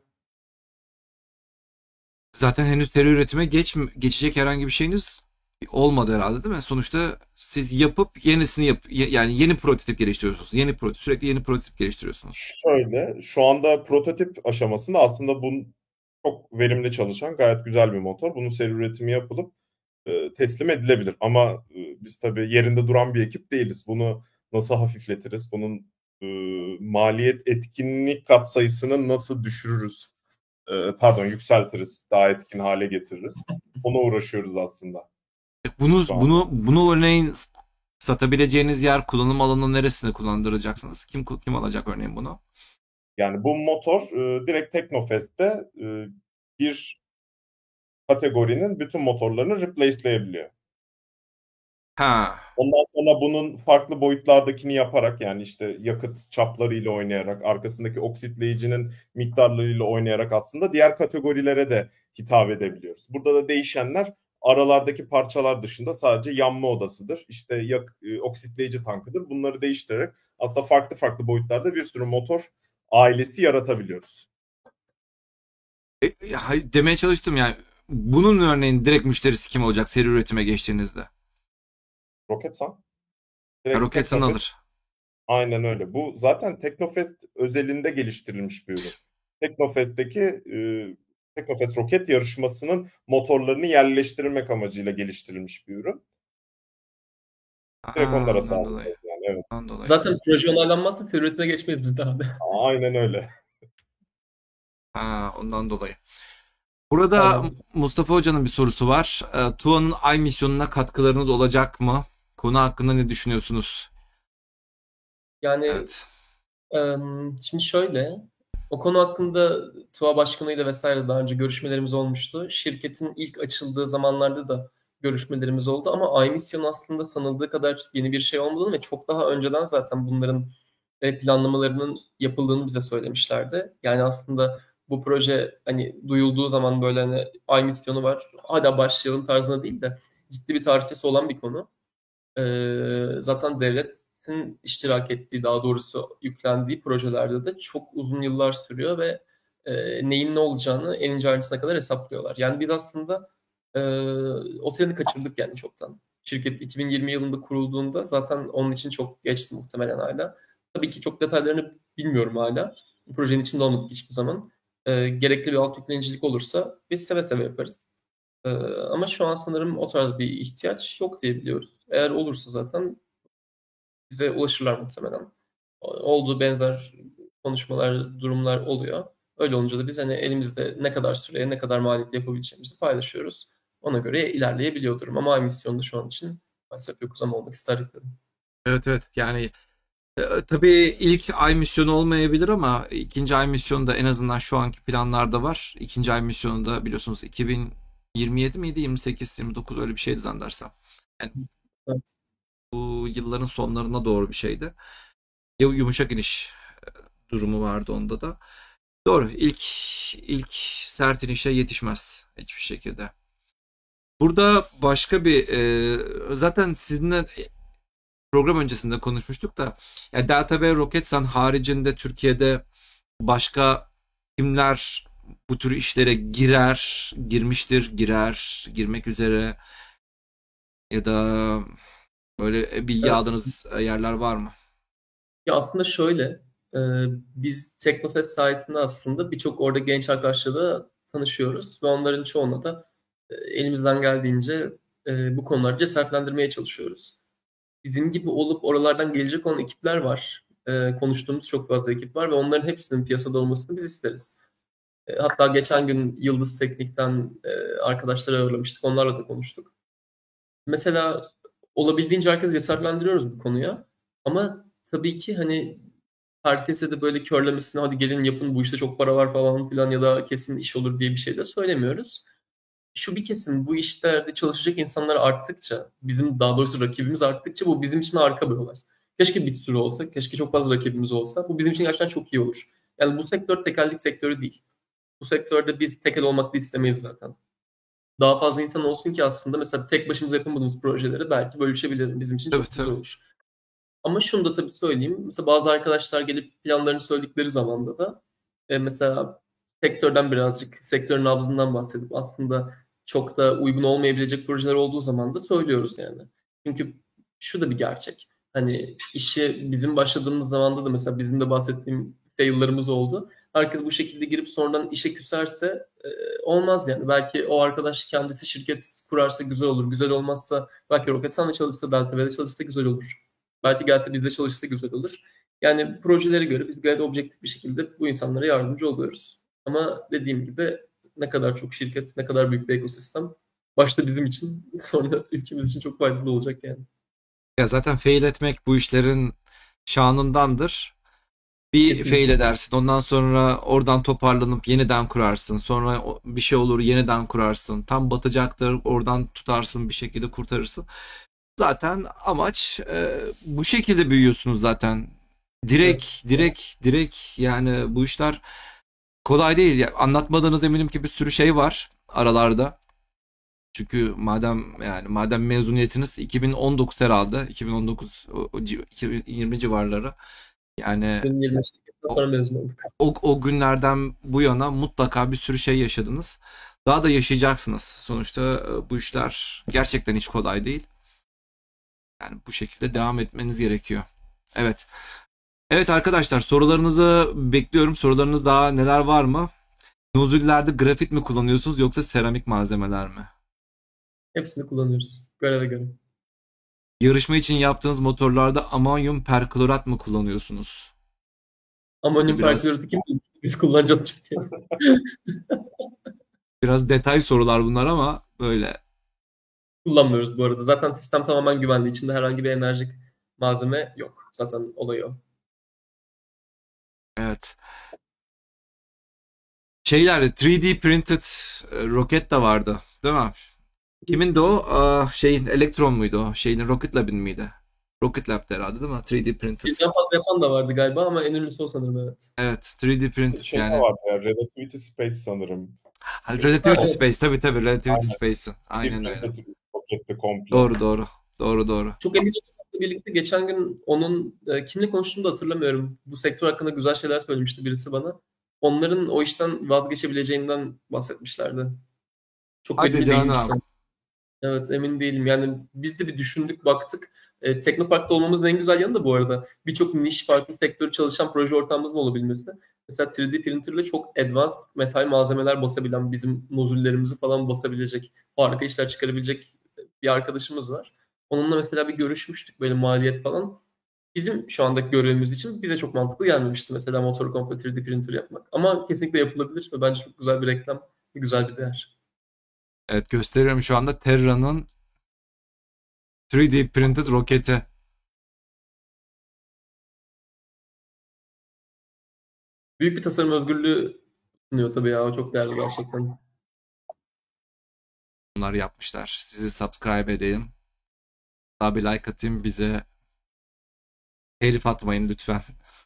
Zaten henüz seri üretime geçecek herhangi bir şeyiniz olmadı herhalde değil mi? Sonuçta siz yapıp yenisini yani yeni prototip geliştiriyorsunuz. Sürekli yeni prototip geliştiriyorsunuz. Şöyle, şu anda prototip aşamasında aslında bu çok verimli çalışan gayet güzel bir motor. Bunun seri üretimi yapılıp teslim edilebilir. Ama biz tabii yerinde duran bir ekip değiliz. Bunu nasıl hafifletiriz? Bunun maliyet etkinlik katsayısını nasıl düşürürüz? Yükseltiriz, daha etkin hale getiririz. Ona uğraşıyoruz aslında Bunu şu anda. bunu örneğin satabileceğiniz yer, kullanım alanı neresinde kullandıracaksınız? Kim alacak örneğin bunu? Yani bu motor direkt Teknofest'te bir kategorinin bütün motorlarını replace'leyebiliyor. Ha. Ondan sonra bunun farklı boyutlardakini yaparak, yani işte yakıt çaplarıyla oynayarak, arkasındaki oksitleyicinin miktarlarıyla oynayarak aslında diğer kategorilere de hitap edebiliyoruz. Burada da değişenler aralardaki parçalar dışında sadece yanma odasıdır, İşte oksitleyici tankıdır. Bunları değiştirerek aslında farklı farklı boyutlarda bir sürü motor ailesi yaratabiliyoruz. Demeye çalıştım yani. Bunun örneğin direkt müşterisi kim olacak seri üretime geçtiğinizde? Roketsan. Direkt Roketsan Teknofest. alır. Aynen öyle. Bu zaten Teknofest özelinde geliştirilmiş bir ürün. Teknofest'teki Teknofest roket yarışmasının motorlarını yerleştirmek amacıyla geliştirilmiş bir ürün. Direkt onlara Ondan dolayı. sağlayacağız yani, evet. Ondan dolayı. Zaten proje onaylanmazsa seri üretime geçmeyiz biz de abi. Aynen öyle. Ondan dolayı. Burada Aynen. Mustafa Hoca'nın bir sorusu var. TUA'nın Ay misyonuna katkılarınız olacak mı? Konu hakkında ne düşünüyorsunuz? Yani Evet. şimdi şöyle, o konu hakkında TUA Başkanı'yla vesaire daha önce görüşmelerimiz olmuştu. Şirketin ilk açıldığı zamanlarda da görüşmelerimiz oldu ama Ay misyonu aslında sanıldığı kadar yeni bir şey olmadığını ve çok daha önceden zaten bunların planlamalarının yapıldığını bize söylemişlerdi. Yani aslında bu proje hani duyulduğu zaman böyle hani Ay misyonu var, hadi başlayalım tarzında değil de ciddi bir tarihçesi olan bir konu. Zaten devletin iştirak ettiği, daha doğrusu yüklendiği projelerde de çok uzun yıllar sürüyor ve neyin ne olacağını en ince ayrıntısına kadar hesaplıyorlar. Yani biz aslında e, o treni kaçırdık yani çoktan. Şirket 2020 yılında kurulduğunda zaten onun için çok geçti muhtemelen hala. Tabii ki çok detaylarını bilmiyorum hala. Projenin içinde olmadık hiçbir zaman. Gerekli bir alt yüklenicilik olursa biz seve seve yaparız. Ama şu an sanırım o tarz bir ihtiyaç yok diye biliyoruz. Eğer olursa zaten bize ulaşırlar muhtemelen. Olduğu benzer konuşmalar, durumlar oluyor. Öyle olunca da biz hani elimizde ne kadar süreye, ne kadar maliyetle yapabileceğimizi paylaşıyoruz. Ona göre ilerleyebiliyor durum. Ama ay misyonda şu an için maalesef yokuz ama olmak isterdik tabii. Evet yani tabii ilk ay misyonu olmayabilir ama ikinci ay misyonu da en azından şu anki planlarda var. İkinci ay misyonu da biliyorsunuz 2027 miydi? 28, 29 öyle bir şeydi zannedersem. Yani Evet. bu yılların sonlarına doğru bir şeydi. Yumuşak iniş durumu vardı onda da. Doğru. İlk sert inişe yetişmez hiçbir şekilde. Burada başka bir zaten sizinle program öncesinde konuşmuştuk da ya Delta ve Roketsan haricinde Türkiye'de başka kimler bu tür işlere girmek üzere ya da böyle bilgi Evet. aldığınız yerler var mı? Ya aslında şöyle, e, biz Teknofest sayesinde aslında birçok orada genç arkadaşlarla tanışıyoruz ve onların çoğuna da elimizden geldiğince bu konuları cesaretlendirmeye çalışıyoruz. Bizim gibi olup oralardan gelecek olan ekipler var. Konuştuğumuz çok fazla ekip var ve onların hepsinin piyasada olmasını biz isteriz. Hatta geçen gün Yıldız Teknik'ten arkadaşları ağırlamıştık. Onlarla da konuştuk. Mesela olabildiğince herkesi cesaretlendiriyoruz bu konuya. Ama tabii ki hani herkese de böyle körlemesine hadi gelin yapın bu işte çok para var falan filan ya da kesin iş olur diye bir şey de söylemiyoruz. Şu bir kesin bu işlerde çalışacak insanlar arttıkça, bizim daha doğrusu rakibimiz arttıkça bu bizim için harika bir olay. Keşke bir sürü olsa, keşke çok fazla rakibimiz olsa. Bu bizim için gerçekten çok iyi olur. Yani bu sektör tekellik sektörü değil. Bu sektörde biz tekel olmak da istemeyiz zaten. daha fazla insan olsun ki aslında mesela tek başımıza yapamadığımız projeleri belki bölüşebilirim. Bizim için Tabii çok güzel tabii. olur. Ama şunu da tabii söyleyeyim. Mesela bazı arkadaşlar gelip planlarını söyledikleri zamanda da mesela sektörden birazcık, sektörün nabzından bahsedip aslında çok da uygun olmayabilecek projeler olduğu zaman da söylüyoruz yani. Çünkü şu da bir gerçek. Hani işe bizim başladığımız zamanda da mesela bizim de bahsettiğim fail'larımız oldu. Herkes bu şekilde girip sonradan işe küserse olmaz yani. Belki o arkadaş kendisi şirket kurarsa güzel olur. Güzel olmazsa belki Roketsan'da çalışsa, Beltepe'de çalışsa güzel olur. Belki gelse bizde çalışsa güzel olur. Yani projelere göre biz gayet objektif bir şekilde bu insanlara yardımcı oluyoruz. Ama dediğim gibi ne kadar çok şirket, ne kadar büyük bir ekosistem başta bizim için sonra ülkemiz için çok faydalı olacak yani. Ya zaten fail etmek bu işlerin şanındandır. Bir fail Kesinlikle. edersin. Ondan sonra oradan toparlanıp yeniden kurarsın. Sonra bir şey olur yeniden kurarsın. Tam batacaktır. Oradan tutarsın bir şekilde kurtarırsın. Zaten amaç bu şekilde büyüyorsunuz zaten. Evet. Direkt yani bu işler kolay değil. Ya, anlatmadığınız eminim ki bir sürü şey var aralarda. Çünkü madem mezuniyetiniz 2019 herhalde. 2019 2020 civarları. Yani 2025 o, sonra mezun olduk. o günlerden bu yana mutlaka bir sürü şey yaşadınız. Daha da yaşayacaksınız. Sonuçta bu işler gerçekten hiç kolay değil. Yani bu şekilde devam etmeniz gerekiyor. Evet. Evet arkadaşlar sorularınızı bekliyorum. Sorularınız daha neler var mı? Nozüllerde grafit mi kullanıyorsunuz yoksa seramik malzemeler mi? Hepsini kullanıyoruz. Göreve göre. Yarışma için yaptığınız motorlarda amonyum perklorat mı kullanıyorsunuz? Amonyum Biraz perkloratı kim bulmuş? Biz kullanacağız çünkü. biraz detay sorular bunlar ama böyle. Kullanmıyoruz bu arada. Zaten sistem tamamen güvenli. İçinde herhangi bir enerjik malzeme yok. Zaten olayı o. Evet. Şeyler 3D printed roket de vardı, değil mi? Kimin de o? Şeyin Elektron muydu o? Şeyin Rocket Lab'in miydi? Rocket Lab'de herhalde değil mi? 3D printed. Birden fazla yapan da vardı galiba ama en ünlüsü o sanırım, evet. Evet, 3D printed Şey de yani. vardı ya, Relativity Space sanırım. Ha, Ha, Relativity evet. Space tabii Relativity Aynen. Space'in. Bir Aynen öyle. printed roketti komple. Doğru. Çok emin olmakla birlikte geçen gün onun kimle konuştuğumu da hatırlamıyorum. Bu sektör hakkında güzel şeyler söylemişti birisi bana. Onların o işten vazgeçebileceğinden bahsetmişlerdi. Çok Hadi belli değilmiş canım. sanırım. Evet, emin değilim. Yani biz de bir düşündük, baktık. Teknopark'ta olmamızın en güzel yanı da bu arada birçok niş farklı sektör çalışan proje ortağımızın olabilmesi. Mesela 3D printerle çok advanced metal malzemeler basabilen, bizim nozüllerimizi falan basabilecek, harika işler çıkarabilecek bir arkadaşımız var. Onunla mesela bir görüşmüştük böyle maliyet falan. Bizim şu andaki görevimiz için bize çok mantıklı gelmemişti mesela motor komple 3D printer yapmak. Ama kesinlikle yapılabilir ve bence çok güzel bir reklam, güzel bir değer. Evet gösteriyorum şu anda Terra'nın 3D printed roketi. Büyük bir tasarım özgürlüğü sunuyor tabii ya. O çok değerli gerçekten. Bunlar yapmışlar. Sizi subscribe edeyim. Daha bir like atayım bize. Telif atmayın lütfen.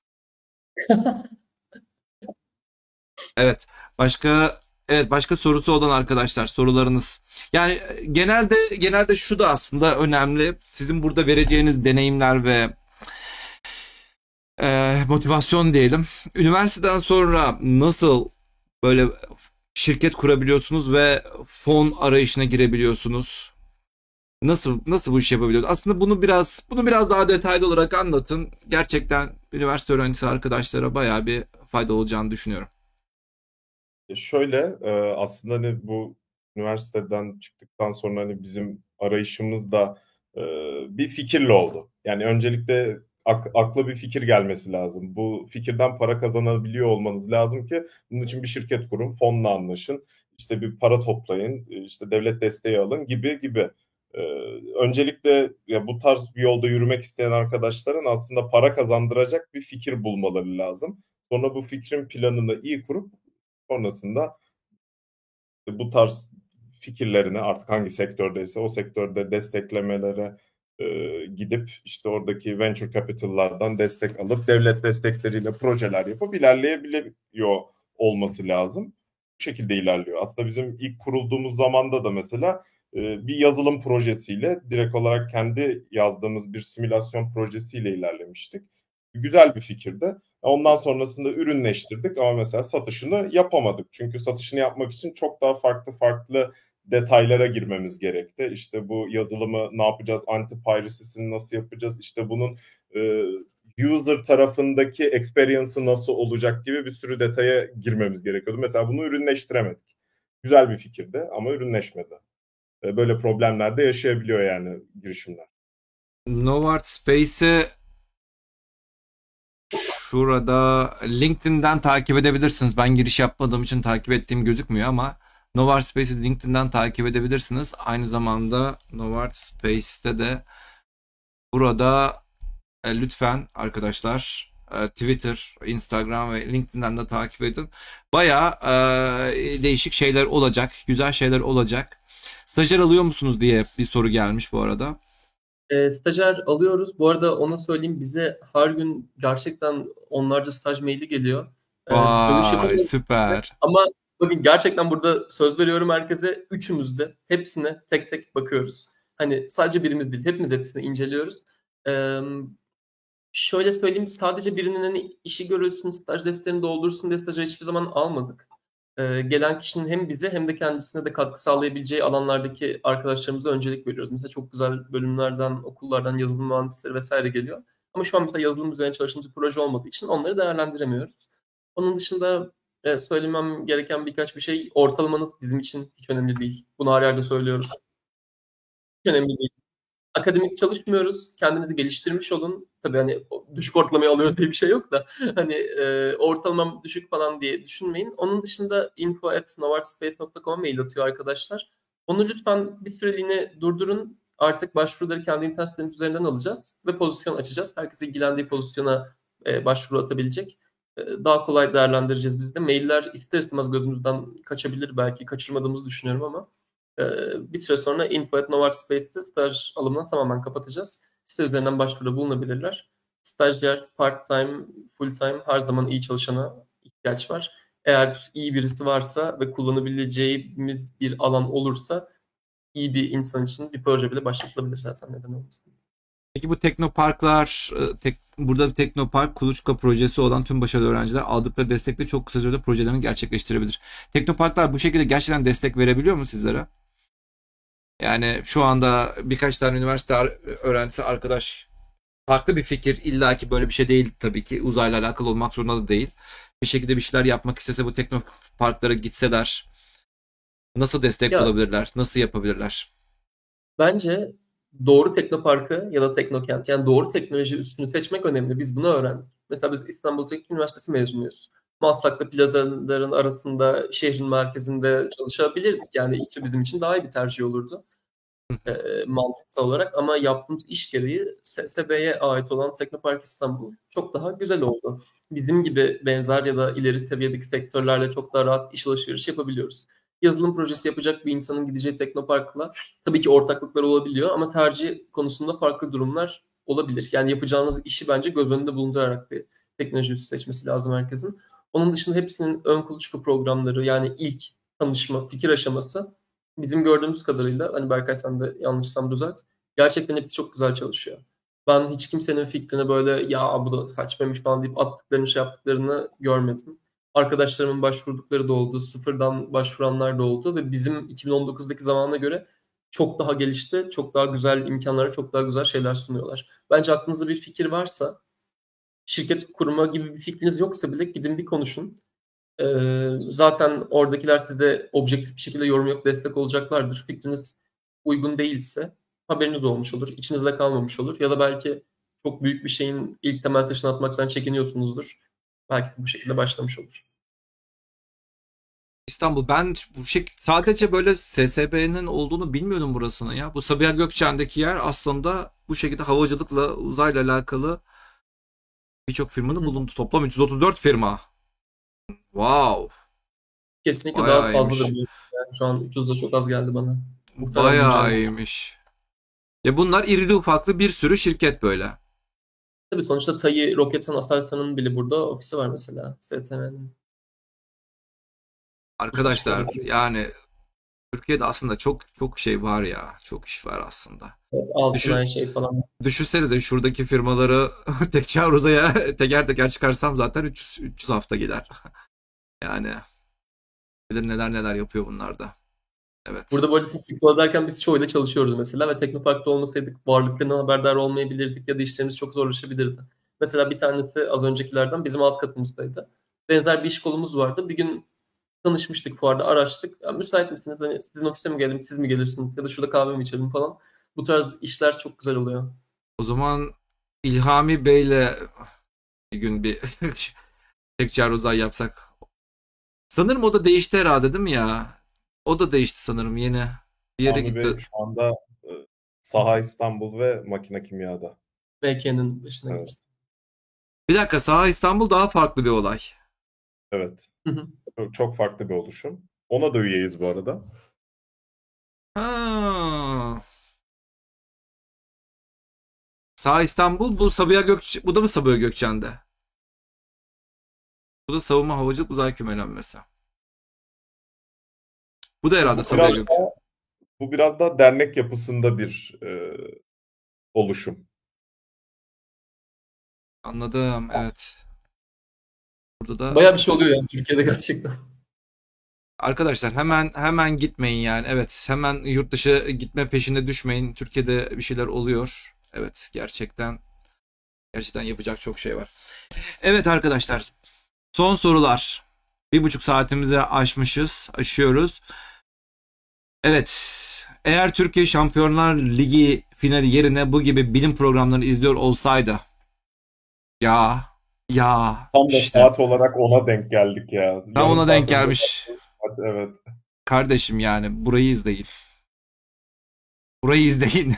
Evet. Başka sorusu olan arkadaşlar sorularınız. Yani genelde şu da aslında önemli. Sizin burada vereceğiniz deneyimler ve motivasyon diyelim. Üniversiteden sonra nasıl böyle şirket kurabiliyorsunuz ve fon arayışına girebiliyorsunuz? Nasıl bu işi yapabiliyoruz? Aslında bunu biraz daha detaylı olarak anlatın. Gerçekten üniversite öğrencisi arkadaşlara bayağı bir fayda olacağını düşünüyorum. Şöyle aslında hani bu üniversiteden çıktıktan sonra hani bizim arayışımız da e, bir fikirle oldu. Yani öncelikle akla bir fikir gelmesi lazım. Bu fikirden para kazanabiliyor olmanız lazım ki bunun için bir şirket kurun, fonla anlaşın, işte bir para toplayın, işte devlet desteği alın gibi. E, Öncelikle ya bu tarz bir yolda yürümek isteyen arkadaşların aslında para kazandıracak bir fikir bulmaları lazım. Sonra bu fikrin planını iyi kurup sonrasında bu tarz fikirlerini artık hangi sektördeyse o sektörde desteklemelere gidip işte oradaki venture capital'lardan destek alıp devlet destekleriyle projeler yapıp ilerleyebiliyor olması lazım. şekilde ilerliyor. Aslında bizim ilk kurulduğumuz zamanda da mesela bir yazılım projesiyle direkt olarak kendi yazdığımız bir simülasyon projesiyle ilerlemiştik. Güzel bir fikirdi. Ondan sonrasında ürünleştirdik ama mesela satışını yapamadık. Çünkü satışını yapmak için çok daha farklı detaylara girmemiz gerekti. İşte bu yazılımı ne yapacağız, anti-piracy'sini nasıl yapacağız, işte bunun user tarafındaki experience'ı nasıl olacak gibi bir sürü detaya girmemiz gerekiyordu. Mesela bunu ürünleştiremedik. Güzel bir fikirdi ama ürünleşmedi. Böyle problemler de yaşayabiliyor yani girişimler. Novart Space'i şurada LinkedIn'den takip edebilirsiniz. Ben giriş yapmadığım için takip ettiğim gözükmüyor ama Novart Space'i LinkedIn'den takip edebilirsiniz. Aynı zamanda Novart Space'te de burada lütfen arkadaşlar Twitter, Instagram ve LinkedIn'den de takip edin. Bayağı değişik şeyler olacak, güzel şeyler olacak. Stajyer alıyor musunuz diye bir soru gelmiş bu arada. Stajyer alıyoruz. Bu arada onu söyleyeyim, bize her gün gerçekten onlarca staj maili geliyor. Dönüş Vay yapamıyoruz süper. ama bakın gerçekten burada söz veriyorum herkese, üçümüz de hepsine tek tek bakıyoruz. Hani sadece birimiz değil, hepimiz hepsini inceliyoruz. Şöyle söyleyeyim, sadece birinin hani işi görülsün, staj defterini doldursun diye stajyer hiçbir zaman almadık. Gelen kişinin hem bize hem de kendisine de katkı sağlayabileceği alanlardaki arkadaşlarımıza öncelik veriyoruz. Mesela çok güzel bölümlerden, okullardan yazılım mühendisleri vesaire geliyor. Ama şu an mesela yazılım üzerine çalıştığımız bir proje olmadığı için onları değerlendiremiyoruz. Onun dışında söylemem gereken birkaç bir şey, ortalamanız bizim için hiç önemli değil. Bunu her yerde söylüyoruz. Hiç önemli değil. Akademik çalışmıyoruz. Kendinizi geliştirmiş olun. Tabii hani düşük ortalamayı alıyoruz diye bir şey yok da hani ortalamam düşük falan diye düşünmeyin. Onun dışında info@novartspace.com'a mail atıyor arkadaşlar. Onu lütfen bir süreliğine durdurun. Artık başvuruları kendi internet sitemiz üzerinden alacağız ve pozisyon açacağız. Herkes ilgilendiği pozisyona başvuru atabilecek. Daha kolay değerlendireceğiz biz de. Mailler ister istemez gözümüzden kaçabilir, belki kaçırmadığımızı düşünüyorum ama bir süre sonra info@novartspace'te staj alımını tamamen kapatacağız. Site üzerinden başvuruda bulunabilirler. Stajyer, part-time, full-time her zaman iyi çalışana ihtiyaç var. Eğer iyi birisi varsa ve kullanabileceğimiz bir alan olursa iyi bir insan için bir proje bile başlatılabilir zaten, neden olmasın. Peki bu teknoparklar, burada bir teknopark kuluçka projesi olan tüm başarılı öğrenciler aldıkları destekle çok kısa sürede projelerini gerçekleştirebilir. Teknoparklar bu şekilde gerçekten destek verebiliyor mu sizlere? Yani şu anda birkaç tane üniversite öğrencisi arkadaş farklı bir fikir, illaki böyle bir şey değil tabii ki, uzayla alakalı olmak zorunda da değil. Bir şekilde bir şeyler yapmak istese bu teknoparklara gitseler nasıl destek Ya bulabilirler, nasıl yapabilirler? bence doğru teknoparkı ya da teknokent, yani doğru teknoloji üstünü seçmek önemli. Biz bunu öğrendik. Mesela biz İstanbul Teknik Üniversitesi mezunuyuz. Maslak'ta plazaların arasında, şehrin merkezinde çalışabilirdik. Yani İTÜ bizim için daha iyi bir tercih olurdu mantıksal olarak. Ama yaptığımız iş gereği SSB'ye ait olan Teknopark İstanbul çok daha güzel oldu. Bizim gibi benzer ya da ileri seviyedeki sektörlerle çok daha rahat iş alışverişi yapabiliyoruz. Yazılım projesi yapacak bir insanın gideceği Teknopark'la tabii ki ortaklıklar olabiliyor ama tercih konusunda farklı durumlar olabilir. Yani yapacağınız işi bence göz önünde bulundurarak bir teknoloji üstü seçmesi lazım herkesin. Onun dışında hepsinin ön kuluçka programları, yani ilk tanışma, fikir aşaması bizim gördüğümüz kadarıyla, hani Berkay sen de yanlışsam düzelt, gerçekten hepsi çok güzel çalışıyor. Ben hiç kimsenin fikrine böyle ya bu da saçmaymış falan deyip attıklarını, şey yaptıklarını görmedim. Arkadaşlarımın başvurdukları da oldu, sıfırdan başvuranlar da oldu ve bizim 2019'daki zamana göre çok daha gelişti, çok daha güzel imkanlara, çok daha güzel şeyler sunuyorlar. Bence aklınızda bir fikir varsa, şirket kurma gibi bir fikriniz yoksa bile gidin bir konuşun. Zaten oradakiler size objektif bir şekilde yorum yok, destek olacaklardır. Fikriniz uygun değilse haberiniz olmuş olur, içinizde kalmamış olur. Ya da belki çok büyük bir şeyin ilk temel taşını atmaktan çekiniyorsunuzdur. Belki de bu şekilde başlamış olur. İstanbul, ben bu sadece böyle SSB'nin olduğunu bilmiyordum burasının ya. Bu Sabiha Gökçen'deki yer aslında bu şekilde havacılıkla, uzayla alakalı birçok firmanın bulunduğu, toplam 334 firma. Wow. Kesinlikle daha Bayağı fazladır. iyiymiş. Yani şu an 300 de çok az geldi bana. Muhtemelen Bayağı güncel. iyiymiş. Ya bunlar irili ufaklı bir sürü şirket böyle. Tabii sonuçta TAI, Roketsan, Aselsan'ın bile burada ofisi var mesela. STM'nin. bu süreçte. Arkadaşlar yani Türkiye'de aslında çok çok şey var ya. Çok iş var aslında. Altın Düşün, şey falan. düşünsenize şuradaki firmaları tek çağruzaya teker teker çıkarsam zaten 300 hafta gider. Yani bilir neler neler yapıyor bunlar da. Evet. Burada bu arada siz Siklo derken biz çoğuyla çalışıyoruz mesela ve Teknopark'ta olmasaydık varlıklarından haberdar olmayabilirdik ya da işlerimiz çok zorlaşabilirdi. Mesela bir tanesi az öncekilerden bizim alt katımızdaydı. Benzer bir iş kolumuz vardı. Bir gün tanışmıştık fuarda, araştık. "Ya, müsait misiniz? Hani sizin ofise mi gelelim, siz mi gelirsiniz? Ya da şurada kahve mi içelim falan." Bu tarz işler çok güzel oluyor. O zaman İlhami Bey'le bir gün bir tek çağruzay yapsak. Sanırım o da değişti herhalde değil mi ya? O da değişti sanırım yeni. Bir yere Sami gitti. Bey şu anda Saha İstanbul ve Makine Kimya'da. MK'nin başına Evet. geçti. Bir dakika, Saha İstanbul daha farklı bir olay. Evet. Hı hı. Çok farklı bir oluşum. Ona da üyeyiz bu arada. Ha. Saha İstanbul bu bu da mı Sabiha Gökçen'de? Bu da Savunma Havacılık Uzay Kümelenmesi. Bu da herhalde Bu Sabiha biraz Gökçen. daha, bu biraz daha dernek yapısında bir oluşum. Anladım, evet. Burada da Bayağı bir şey oluyor yani Türkiye'de gerçekten. arkadaşlar hemen gitmeyin yani. Evet, hemen yurt dışı gitme peşinde düşmeyin. Türkiye'de bir şeyler oluyor. Evet, gerçekten yapacak çok şey var. Evet arkadaşlar, son sorular. 1,5 saatimizi aşıyoruz. Evet, eğer Türkiye Şampiyonlar Ligi finali yerine bu gibi bilim programlarını izliyor olsaydı, ya ya Tam da işte saat olarak ona denk geldik ya. tam Yarım ona saat denk önce gelmiş. başladık. Evet. Kardeşim yani burayı izleyin. Burayı izleyin.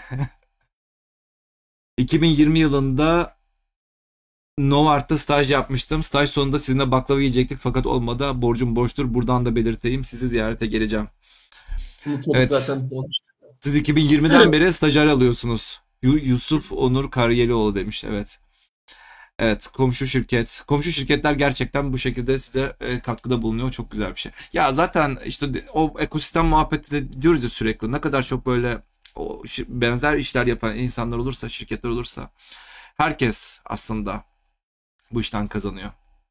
2020 yılında Novart'ta staj yapmıştım. Staj sonunda sizinle baklava yiyecektik fakat olmadı. Borcum borçtur. Buradan da belirteyim. Sizi ziyarete geleceğim. Unutmadık Evet. zaten. Siz 2020'den beri stajyer alıyorsunuz. Yusuf Onur Kariyelioğlu demiş. Evet. Evet, komşu şirket. Komşu şirketler gerçekten bu şekilde size katkıda bulunuyor. Çok güzel bir şey. Ya zaten işte o ekosistem muhabbeti diyoruz ya sürekli. Ne kadar çok böyle benzer işler yapan insanlar olursa, şirketler olursa herkes aslında bu işten kazanıyor.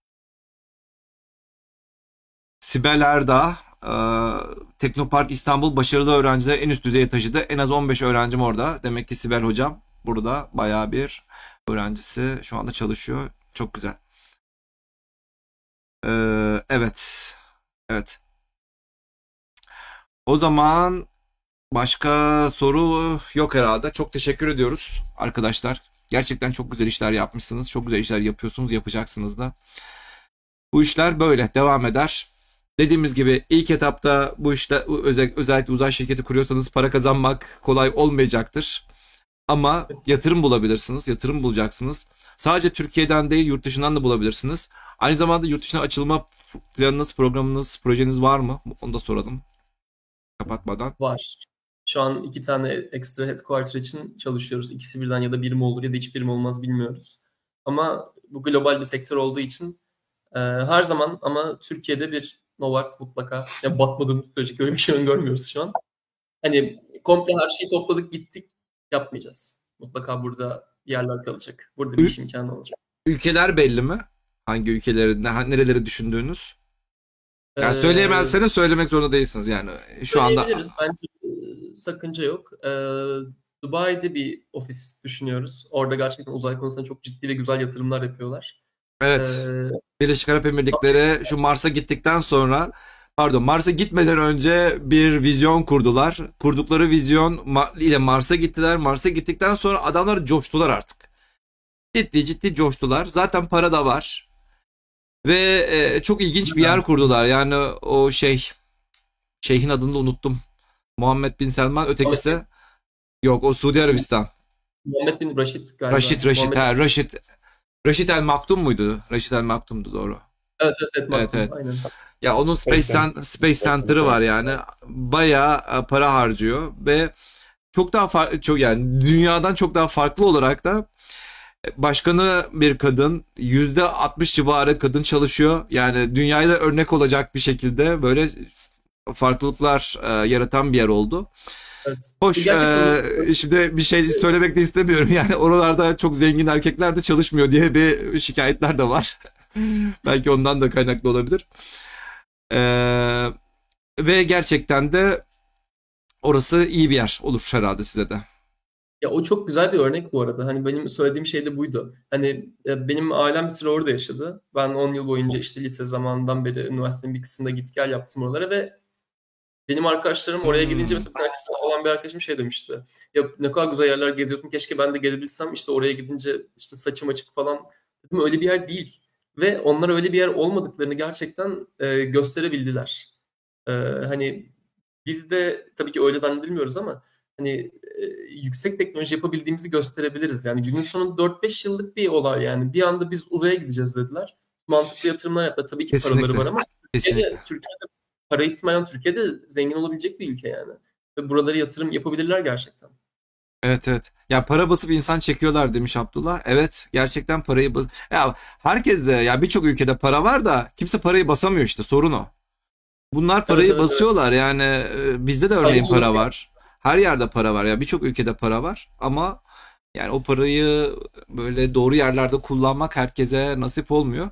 Sibel Erdağ, Teknopark İstanbul başarılı öğrencileri en üst düzeye taşıdı. En az 15 öğrencim orada. Demek ki Sibel hocam burada bayağı bir öğrencisi şu anda çalışıyor. Çok güzel. Evet. Evet. O zaman başka soru yok herhalde. Çok teşekkür ediyoruz arkadaşlar. Gerçekten çok güzel işler yapmışsınız. Çok güzel işler yapıyorsunuz, yapacaksınız da. Bu işler böyle devam eder. Dediğimiz gibi ilk etapta bu işte özellikle uzay şirketi kuruyorsanız para kazanmak kolay olmayacaktır. Ama yatırım bulabilirsiniz, yatırım bulacaksınız. Sadece Türkiye'den değil yurt dışından da bulabilirsiniz. Aynı zamanda yurt dışına açılma planınız, programınız, projeniz var mı? Onu da soralım kapatmadan. Var. Şu an 2 tane ekstra headquarter için çalışıyoruz. İkisi birden ya da biri mi olur ya da hiçbiri mi olmaz bilmiyoruz. Ama bu global bir sektör olduğu için her zaman ama Türkiye'de bir Novart mutlaka. Ya batmadığımız sürece öyle bir şey öngörmüyoruz şu an. Hani komple her şeyi topladık gittik yapmayacağız. Mutlaka burada yerler kalacak. Burada bir iş imkanı olacak. Ülkeler belli mi? Hangi ülkeleri, nereleri düşündüğünüz? Yani Ee, söyleyemezseniz söylemek zorunda değilsiniz yani. Şu anda Söyleyebiliriz. Bence sakınca yok. Dubai'de bir ofis düşünüyoruz. Orada gerçekten uzay konusunda çok ciddi ve güzel yatırımlar yapıyorlar. evet. Ee, Birleşik Arap Emirlikleri şu Mars'a gittikten sonra Mars'a gitmeden önce bir vizyon kurdular. Kurdukları vizyon ile Mars'a gittiler. Mars'a gittikten sonra adamlar coştular artık. Ciddi coştular. Zaten para da var. Ve çok ilginç bir yer kurdular. Yani o şeyhin adını da unuttum. Muhammed Bin Selman, ötekisi. Yok, o Suudi Arabistan. Muhammed bin Rashid galiba. Raşid El Maktum muydu? Raşid El Maktum'du doğru. Evet, Maktum, Evet. aynen. Ya onun Space Center'ı var yani. Bayağı para harcıyor ve çok daha çok yani dünyadan çok daha farklı olarak da Başkanı bir kadın, %60 civarı kadın çalışıyor. Yani dünyaya da örnek olacak bir şekilde böyle farklılıklar yaratan bir yer oldu. Evet. Hoş, Gerçekten şimdi bir şey söylemek de istemiyorum. Yani oralarda çok zengin erkekler de çalışmıyor diye bir şikayetler de var. Belki ondan da kaynaklı olabilir. E, Ve gerçekten de orası iyi bir yer olur herhalde size de. ya o çok güzel bir örnek bu arada. Hani benim söylediğim şey de buydu. Hani benim ailem bir süre orada yaşadı. Ben 10 yıl boyunca işte lise zamanından beri üniversitenin bir kısmında git gel yaptım oralara ve benim arkadaşlarım oraya gidince Hmm. mesela Frankfurt'ta olan bir arkadaşım şey demişti. Ya ne kadar güzel yerler geziyorsun. Keşke ben de gelebilsem. İşte oraya gidince işte saçım açık falan. Dedim öyle bir yer değil. Ve onlar öyle bir yer olmadıklarını gerçekten gösterebildiler. Hani biz de tabii ki öyle zannedilmiyoruz ama hani yüksek teknoloji yapabildiğimizi gösterebiliriz. Yani günün sonu 4-5 yıllık bir olay yani. Bir anda biz uzaya gideceğiz dediler. Mantıklı yatırımlar yaptılar. Tabii ki paraları Kesinlikle. var ama Kesinlikle. Türkiye'de para itmeyen Türkiye'de zengin olabilecek bir ülke yani. Ve buralara yatırım yapabilirler gerçekten. Evet, evet. Ya para basıp insan çekiyorlar demiş Abdullah. Evet, gerçekten parayı ya herkes de, ya birçok ülkede para var da kimse parayı basamıyor, işte sorun o. Bunlar Evet, parayı evet, evet. basıyorlar yani, bizde de örneğin Hayırlı para olası var. Her yerde para var ya, birçok ülkede para var ama yani o parayı böyle doğru yerlerde kullanmak herkese nasip olmuyor.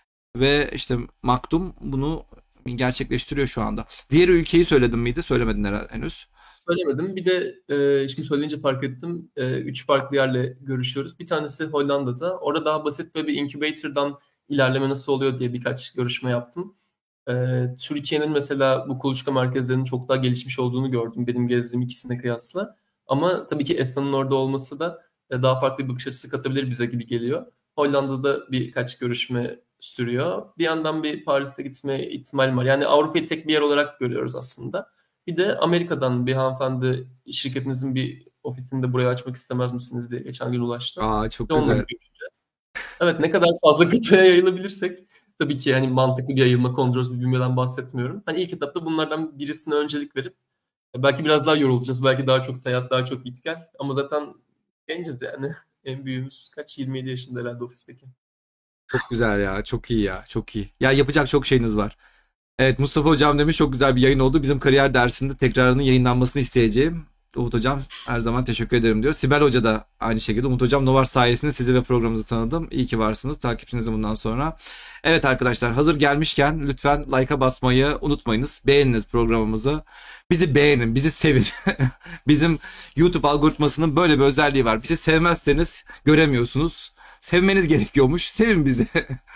Ve işte Maktum bunu gerçekleştiriyor şu anda. Diğer ülkeyi söyledim miydi? Söylemedin herhalde henüz. söylemedim. Bir de şimdi söyleyince fark ettim. Üç farklı yerle görüşüyoruz. Bir tanesi Hollanda'da. Orada daha basit böyle bir incubator'dan ilerleme nasıl oluyor diye birkaç görüşme yaptım. Türkiye'nin mesela bu kuluçka merkezlerinin çok daha gelişmiş olduğunu gördüm benim gezdiğim ikisine kıyasla. Ama tabii ki Esta'nın orada olması da daha farklı bir bakış açısı katabilir bize gibi geliyor. Hollanda'da birkaç görüşme sürüyor. Bir yandan bir Paris'e gitme ihtimal var. Yani Avrupa'yı tek bir yer olarak görüyoruz aslında. Bir de Amerika'dan bir hanımefendi şirketinizin bir ofisini de buraya açmak istemez misiniz diye geçen gün ulaştı. Aa, çok Ve onunla güzel. görüşeceğiz. Evet ne kadar fazla kıtaya yayılabilirsek tabii ki hani mantıklı bir yayılma, kontrolsüz bir büyümeden bahsetmiyorum. Hani ilk etapta bunlardan birisine öncelik verip belki biraz daha yorulacağız. Belki daha çok seyahat, daha çok git gel. Ama zaten genciz yani. En büyüğümüz kaç? 27 yaşında herhalde ofisteki. Çok güzel ya. Çok iyi ya. Çok iyi. Ya yapacak çok şeyiniz var. Evet, Mustafa Hocam demiş çok güzel bir yayın oldu. Bizim kariyer dersinde tekrarının yayınlanmasını isteyeceğim. Umut Hocam her zaman teşekkür ederim diyor. Sibel Hoca da aynı şekilde. Umut Hocam Novar sayesinde sizi ve programınızı tanıdım. İyi ki varsınız. Takipçinizim bundan sonra. Evet arkadaşlar, hazır gelmişken lütfen like'a basmayı unutmayınız. Beğeniniz programımızı. Bizi beğenin, bizi sevin. Bizim YouTube algoritmasının böyle bir özelliği var. Bizi sevmezseniz göremiyorsunuz. Sevmeniz gerekiyormuş. Sevin bizi.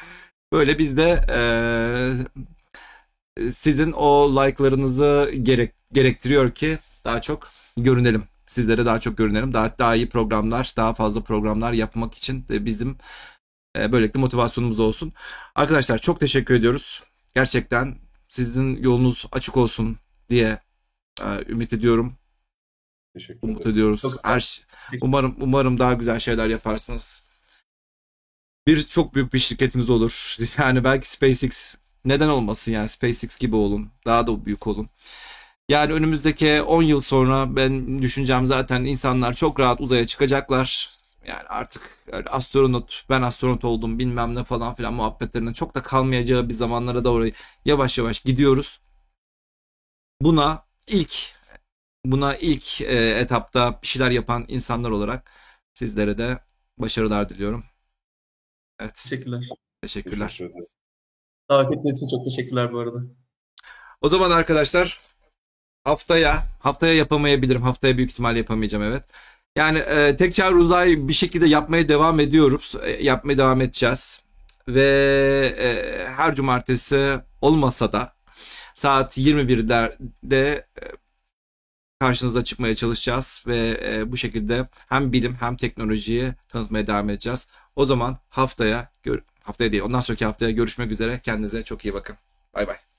Böyle biz de sizin o like'larınızı gerektiriyor ki daha çok görünelim. Sizlere daha çok görünelim. Daha iyi programlar, daha fazla programlar yapmak için de bizim böylelikle motivasyonumuz olsun. Arkadaşlar çok teşekkür ediyoruz. Gerçekten sizin yolunuz açık olsun diye ümit ediyorum. Teşekkür Umut ederiz. ediyoruz. Çok sağ olun. Umarım daha güzel şeyler yaparsınız. Çok büyük bir şirketiniz olur. Yani belki SpaceX, neden olmasın yani, SpaceX gibi olun. Daha da büyük olun. Yani önümüzdeki 10 yıl sonra ben düşüncem zaten insanlar çok rahat uzaya çıkacaklar. Yani artık öyle ben astronot oldum bilmem ne falan filan muhabbetlerinin çok da kalmayacağı bir zamanlara doğru yavaş yavaş gidiyoruz. Buna ilk etapta bir şeyler yapan insanlar olarak sizlere de başarılar diliyorum. Evet, Teşekkürler. teşekkürler. Teşekkür ederiz. Davet ettiğiniz için çok teşekkürler bu arada. O zaman arkadaşlar, haftaya yapamayabilirim. Haftaya büyük ihtimalle yapamayacağım, evet. Yani tek çağrı uzay bir şekilde yapmaya devam ediyoruz. Yapmaya devam edeceğiz. Ve her cumartesi olmasa da saat 21'de karşınıza çıkmaya çalışacağız. Ve bu şekilde hem bilim hem teknolojiyi tanıtmaya devam edeceğiz. O zaman haftaya değil, ondan sonraki haftaya görüşmek üzere. Kendinize çok iyi bakın. Bay bay.